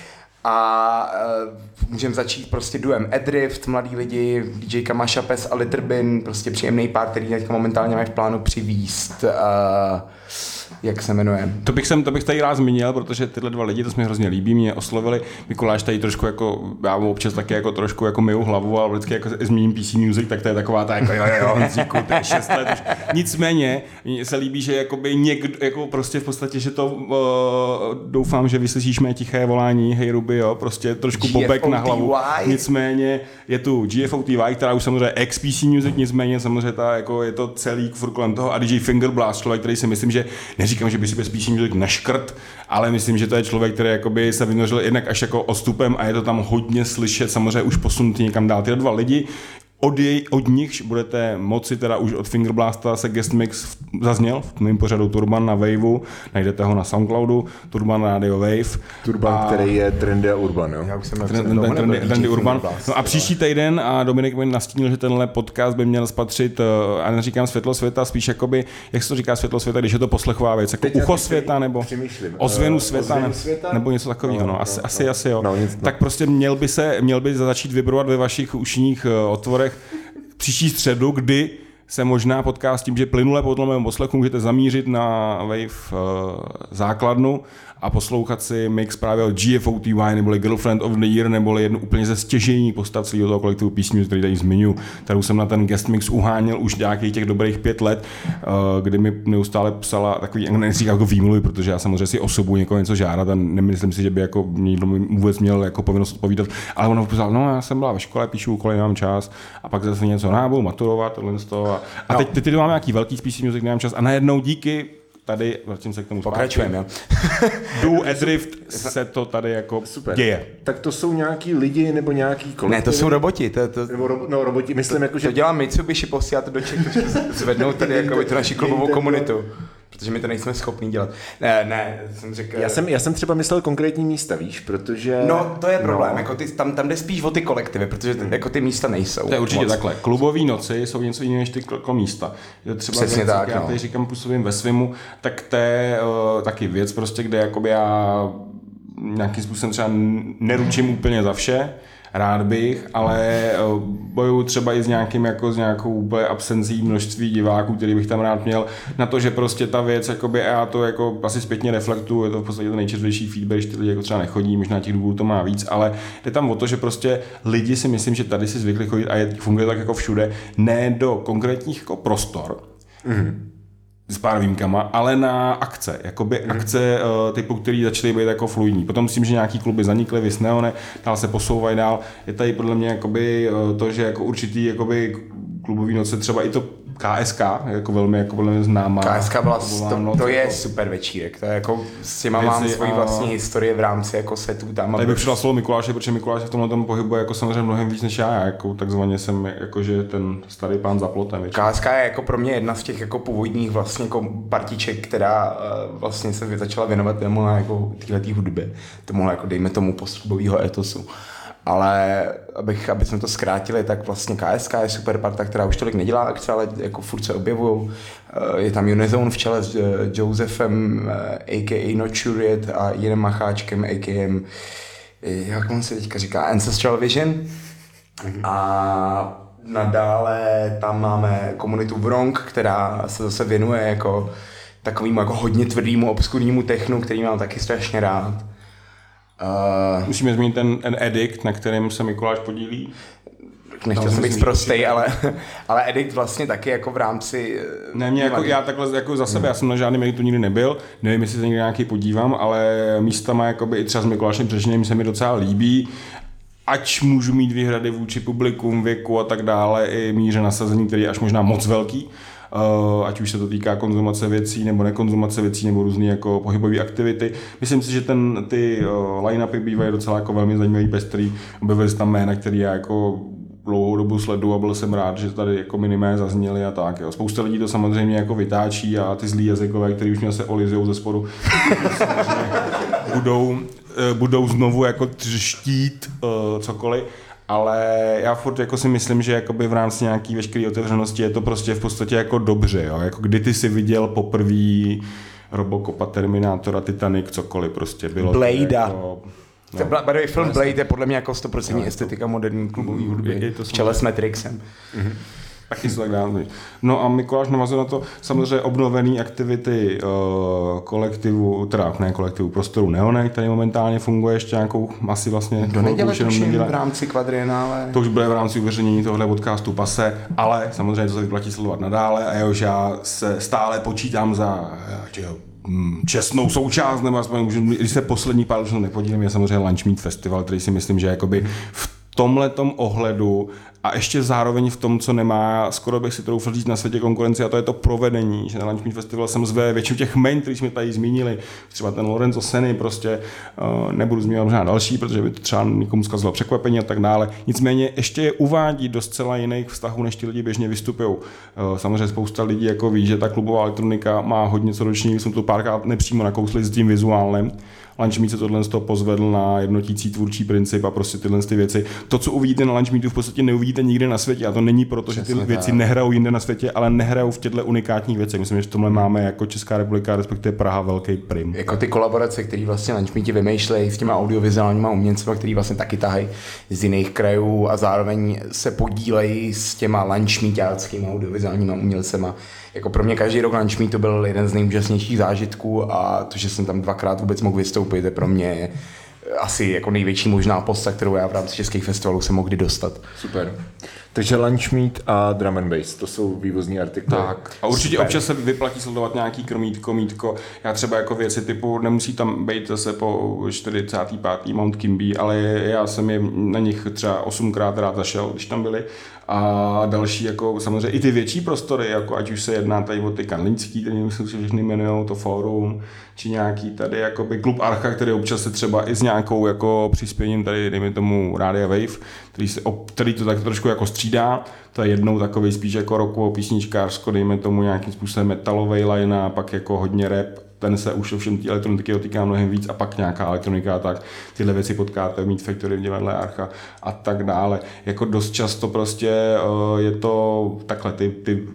A můžeme začít prostě duem Adrift, mladí lidi, DJka Masha Pes a Litterbin, prostě příjemný pár, který teďka momentálně mají v plánu přivízt. Jak se jmenuje? To bych tady rád zmínil, protože tyhle dva lidi, to se mi hrozně líbí, mě oslovili. Mikuláš tady trošku jako, já mu občas taky jako trošku jako myju hlavu, ale vždycky jako zmíním PC Music, tak to je taková ta jako jo, Honzíku, to je 6 let už. Nicméně, mně se líbí, že jakoby někdo, jako prostě v podstatě, že to doufám, že vyslyšíš mé tiché volání, hej Ruby, jo, prostě trošku bobek na hlavu. Nicméně je tu GFOTY, která už samozřejmě ex-PC Music, nicméně samozřejmě ta, jako je to celý furt kolem toho a DJ Fingerblast, člověk, který si myslím, že neříkám, že by si bez PC Music neškrt, ale myslím, že to je člověk, který jakoby se vynořil jednak až jako odstupem a je to tam hodně slyšet, samozřejmě už posunutý někam dál. Tyhle dva lidi, od nich budete moci, teda už od Fingerblasta se guest mix zazněl v mém pořadu Turban na Waveu, najdete ho na Soundcloudu, Turban Radio Wave. Turban, který je Trendy a Urban, jo? Já už jsem Trendy Urban. No a příští týden, a Dominik mi nastínil, že tenhle podcast by měl spatřit, a neříkám světlo světa, spíš jakoby, jak se to říká světlo světa, když je to poslechová věc, jako ucho světa, nebo ozvěnu světa, nebo něco takového, no, asi jo. Tak prostě měl by začít vibrovat ve vašich ušních otvorech příští středu, kdy se možná potká s tím, že plynule po tomhle poslechu můžete zamířit na Wave základnu a poslouchat si mix právě od GFOTY, neboli Girlfriend of the Year, neboli jednu úplně ze stěžejních postav celého toho kolektivu písní, který tady zmiňuji, kterou jsem na ten guest mix uháněl už nějakých těch dobrých 5 let, kdy mi neustále psala takový, neříkám jako výmluvy, protože já samozřejmě si osobu někoho něco žádat a nemyslím si, že by jako někdo vůbec měl jako povinnost odpovídat, ale ona psala, no já jsem byla ve škole, píšu úkoly, nemám čas a pak zase něco budu maturovat, tohle z toho a teď máme nějaký velký PC Music, nemám čas a najednou díky tady, vrátím se k tomu pokračujeme, jo. Do Adrift se to tady jako super. Děje. Tak to jsou nějaký lidi nebo nějaký kolektivy? Ne, to jsou roboti. Nebo roboti, myslím jako, že... To dělá Mitsubishi, posílat to do Čech, zvednout tady jako tu naši klubovou komunitu. Protože my to nejsme schopní dělat. Ne, jsem řekl... Já jsem třeba myslel konkrétní místa, víš, protože... No, to je problém, jako tam jde spíš o ty kolektivy, protože jako ty místa nejsou. To je určitě takhle. Klubové noci jsou něco jiného než ty místa. Třeba přesně věc, tak, já tady říkám, působím ve svimu, tak to je taky věc prostě, kde jakoby já nějakým způsobem třeba neručím úplně za vše, rád bych, ale bojuju třeba i s nějakou úplně absenzí množství diváků, který bych tam rád měl, na to, že prostě ta věc, jakoby, já to jako asi zpětně reflektuju, je to v podstatě ten nejčerstvější feedback, že ty lidi jako třeba nechodí, možná těch důvodů to má víc, ale jde tam o to, že prostě lidi si myslím, že tady si zvykli chodit a funguje tak jako všude, ne do konkrétních jako prostor, s pár výjimkama, ale na akce, akce typu, který začaly být jako fluidní. Potom myslím, že nějaký kluby zanikly, vys Neone, dál se posouvají dál. Je tady podle mě to, že jako určitý klubový noce, třeba i to KSK, jako velmi známá. KSK byla, to je super večírek, to je jako s těma mám svoji vlastní historie v rámci jako setů tam. Tady bych přidal slovo Mikuláše, protože Mikuláš v tomhle tom pohybuje jako samozřejmě mnohem víc než já jako takzvaně jsem jakože ten starý pán za plotem. KSK je jako pro mě jedna z těch jako původních vlastně jako partiček, která vlastně se začala věnovat témuhle jako téhletý hudbě, tomuhle jako dejme tomu postřubovýho etosu. Ale aby jsme to zkrátili, tak vlastně KSK je super parta, která už tolik nedělá akce, ale jako furt se objevujou. Je tam Unizone v čele s Josephem, a.k.a. Notchuriet a jiným macháčkem, a.k.a. jak on se teďka říká, Ancestral Vision. A nadále tam máme komunitu Wrong, která se zase věnuje jako takovému jako hodně tvrdému, obskurnímu technu, který mám taky strašně rád. Musíme zmínit ten Edict, na kterém se Mikuláš podílí. Nechtěl jsem být prostej, ale Edict vlastně taky jako v rámci... Ne, mě já takhle jako za sebe, já jsem na žádném Edictu nikdy nebyl, nevím, jestli se někdy nějaký podívám, ale místama jakoby i třeba s Mikulášem Břežinem se mi docela líbí. Ať můžu mít výhrady vůči publikum, věku a tak dále, i míře nasazení, který je až možná moc velký. Ať už se to týká konzumace věcí nebo nekonzumace věcí nebo různé jako pohybové aktivity. Myslím si, že ty line-upy bývají docela jako velmi zajímavý, pestrý. Objevily se tam jména, který já jako dlouhou dobu sleduju a byl jsem rád, že tady jako minimé zazněly a tak. Jo. Spousta lidí to samozřejmě jako vytáčí a ty zlí jazykové, který už mě se olizujou ze spodu, budou znovu jako třštít cokoliv. Ale já furt jako si myslím, že jakoby v rámci nějaký veškeré otevřenosti je to prostě v podstatě jako dobře, jo? Jako kdy ty jsi viděl poprvé Robocopa, Terminátora, Titanic, cokoliv prostě bylo. Bladea. Jako, Film Blade je podle mě jako 100% estetika moderní klubové hudby v čele s Matrixem. Taky se tak dá. No a Mikuláš navazuje na to samozřejmě obnovený aktivity kolektivu, teda ne kolektivu, prostoru Neone, který momentálně funguje ještě nějakou asi vlastně... Do neděle v rámci Kvadrienále. To už bude v rámci uveřejnění tohle podcastu pase, ale samozřejmě to se vyplatí sledovat nadále a jehož já se stále počítám za čestnou součást, nebo aspoň, když se poslední pár let nepodílím, je samozřejmě Lunch Meet Festival, který si myslím, že jakoby v tomhletom ohledu a ještě zároveň v tom, co nemá, skoro bych si troufl říct na světě konkurenci, a to je to provedení, že na Lunch Meet Festival jsem zve většinu těch jmen, který jsme tady zmínili, třeba ten Lorenzo Seny, prostě nebudu zmínit možná další, protože by to třeba někomu zkazilo překvapení a tak dále. Nicméně ještě je uvádí do zcela jiných vztahů, než ti lidi běžně vystupují. Samozřejmě spousta lidí jako ví, že ta klubová elektronika má hodně co dočinit, jsme to párkrát nepřímo nakousli s tím vizuálem. Lunch Meet se tohle z toho pozvedl na jednotící tvůrčí princip a prostě tyhle věci. To, co uvidíte na Lunch Meetu, v podstatě neuvidíte nikde na světě. A to není proto, že ty věci nehrajou jinde na světě, ale nehrajou v těchto unikátních věcech. Myslím, že v tomhle máme jako Česká republika, respektive Praha, velký prim. Jako ty kolaborace, které vlastně Lunch Meeti vymýšlejí s těma audiovizuálníma uměncema, který vlastně taky tahají z jiných krajů a zároveň se podílejí s těma Lunch Meetáckými audiovizuálníma umělcema. Jako pro mě každý rok Lunch Meetu byl jeden z nejúžasnějších zážitků a to, že jsem tam dvakrát vůbec mohl vystoupit, je pro mě asi jako největší možná posta, kterou já v rámci českých festivalů jsem mohl kdy dostat. Super. Takže Lunch Meet a Drum and Bass, to jsou vývozní artikuly. Tak. A určitě super. Občas se vyplatí sledovat nějaký mítko. Já třeba jako věci typu, nemusí tam být zase po 45. Mount Kimby, ale já jsem je na nich třeba 8krát rád zašel, když tam byli. A další, jako samozřejmě i ty větší prostory, jako ať už se jedná tady o ty kanlínský, který se všechny jmenujou, to fórum, či nějaký tady jakoby klub Archa, který občas se třeba i s nějakou jako přispěním tady, dejme tomu Rádia Wave, který to tak trošku jako střídá, to je jednou takový spíš jako rockovo písničkářsko, dejme tomu nějakým způsobem metalovej line a pak jako hodně rap, ten se už ovšem té elektroniky dotýká mnohem víc a pak nějaká elektronika, tak tyhle věci potkáte v Meat Factory, v divadle Archa a tak dále. Jako dost často prostě je to takhle, ty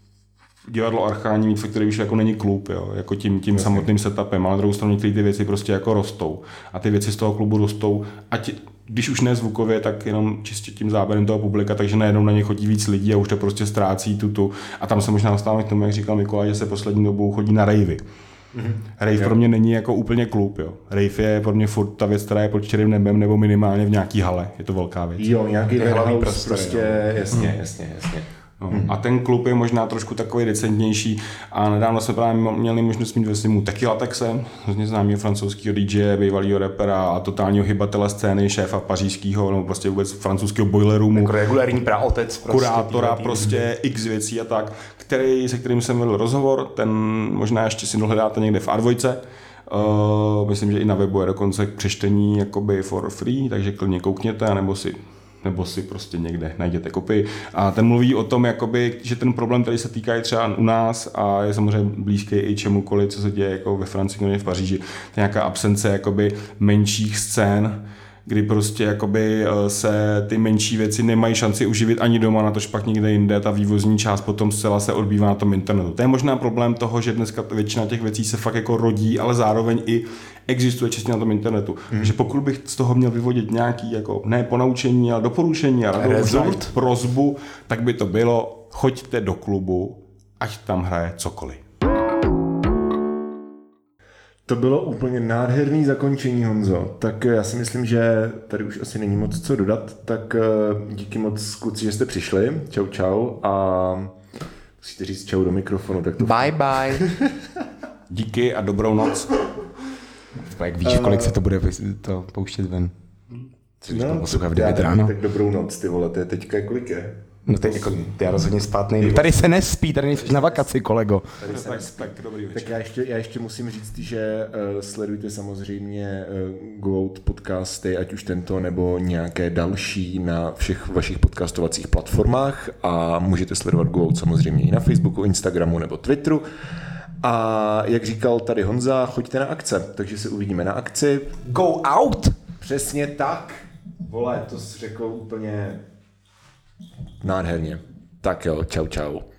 divadlo Archa ani Meat Factory už jako není klub, jo, jako tím samotným setupem, ale na druhou stranu některé ty věci prostě jako rostou a ty věci z toho klubu rostou, ať když už ne zvukově, tak jenom čistě tím záběrem toho publika, takže najednou na ně chodí víc lidí a už to prostě ztrácí tu. A tam se možná dostáváme k tomu, jak říkal Mikuláš, že se poslední dobou chodí na ravey. Rave pro mě není jako úplně klub, jo. Rave je pro mě furt ta věc, která je pod čirým nebem nebo minimálně v nějaký hale. Je to velká věc. Jo, nějaký hlavní prostor, prostě, jasně. No. A ten klub je možná trošku takový decentnější a nedávno jsme právě měli možnost mít ve sněmu Taky Latexem, hodně známého francouzského DJ, bývalého rapera a totálního hybatele scény, šéfa pařížského, nebo prostě vůbec francouzského boiler roomu. Jako regulární praotec. Prostě Kurátora, prostě x věcí a tak, se kterým jsem vedl rozhovor, ten možná ještě si dohledáte někde v A2. Myslím, že i na webu je dokonce k přečtení jakoby for free, takže klidně koukněte, nebo si prostě někde najděte kopii. A ten mluví o tom, jakoby, že ten problém, který se týká i třeba u nás a je samozřejmě blízký i čemukoliv, co se děje jako ve Francii nebo v Paříži, to je nějaká absence jakoby menších scén, kdy prostě jakoby se ty menší věci nemají šanci uživit ani doma, na to špak někde jinde, ta vývozní část potom zcela se odbývá na tom internetu. To je možná problém toho, že dneska většina těch věcí se fakt jako rodí, ale zároveň i existuje čistě na tom internetu. Takže pokud bych z toho měl vyvodit nějaký jako ne ponaučení, ale doporučení a prosbu, tak by to bylo: choďte do klubu, ať tam hraje cokoliv. To bylo úplně nádherný zakončení, Honzo. Tak já si myslím, že tady už asi není moc co dodat, tak díky moc, kluci, že jste přišli. Čau a musíte říct čau do mikrofonu. Tak to... Bye. Díky a dobrou noc. Jak víš, kolik se to bude to pouštět ven? No, poslouchat v 9 ráno. Tak dobrou noc, ty vole, to je teďka kolik je? No teď jako, já rozhodně spát nejdu. Tady se nespí, tady nejsi na vakaci, kolego. Tak já ještě musím říct, že sledujte samozřejmě Go Out podcasty, ať už tento nebo nějaké další na všech vašich podcastovacích platformách a můžete sledovat Go Out samozřejmě i na Facebooku, Instagramu nebo Twitteru. A jak říkal tady Honza, choďte na akce, takže se uvidíme na akci. Go Out? Přesně tak. Vole, to jsi řekl úplně nádherně. Tak jo, čau.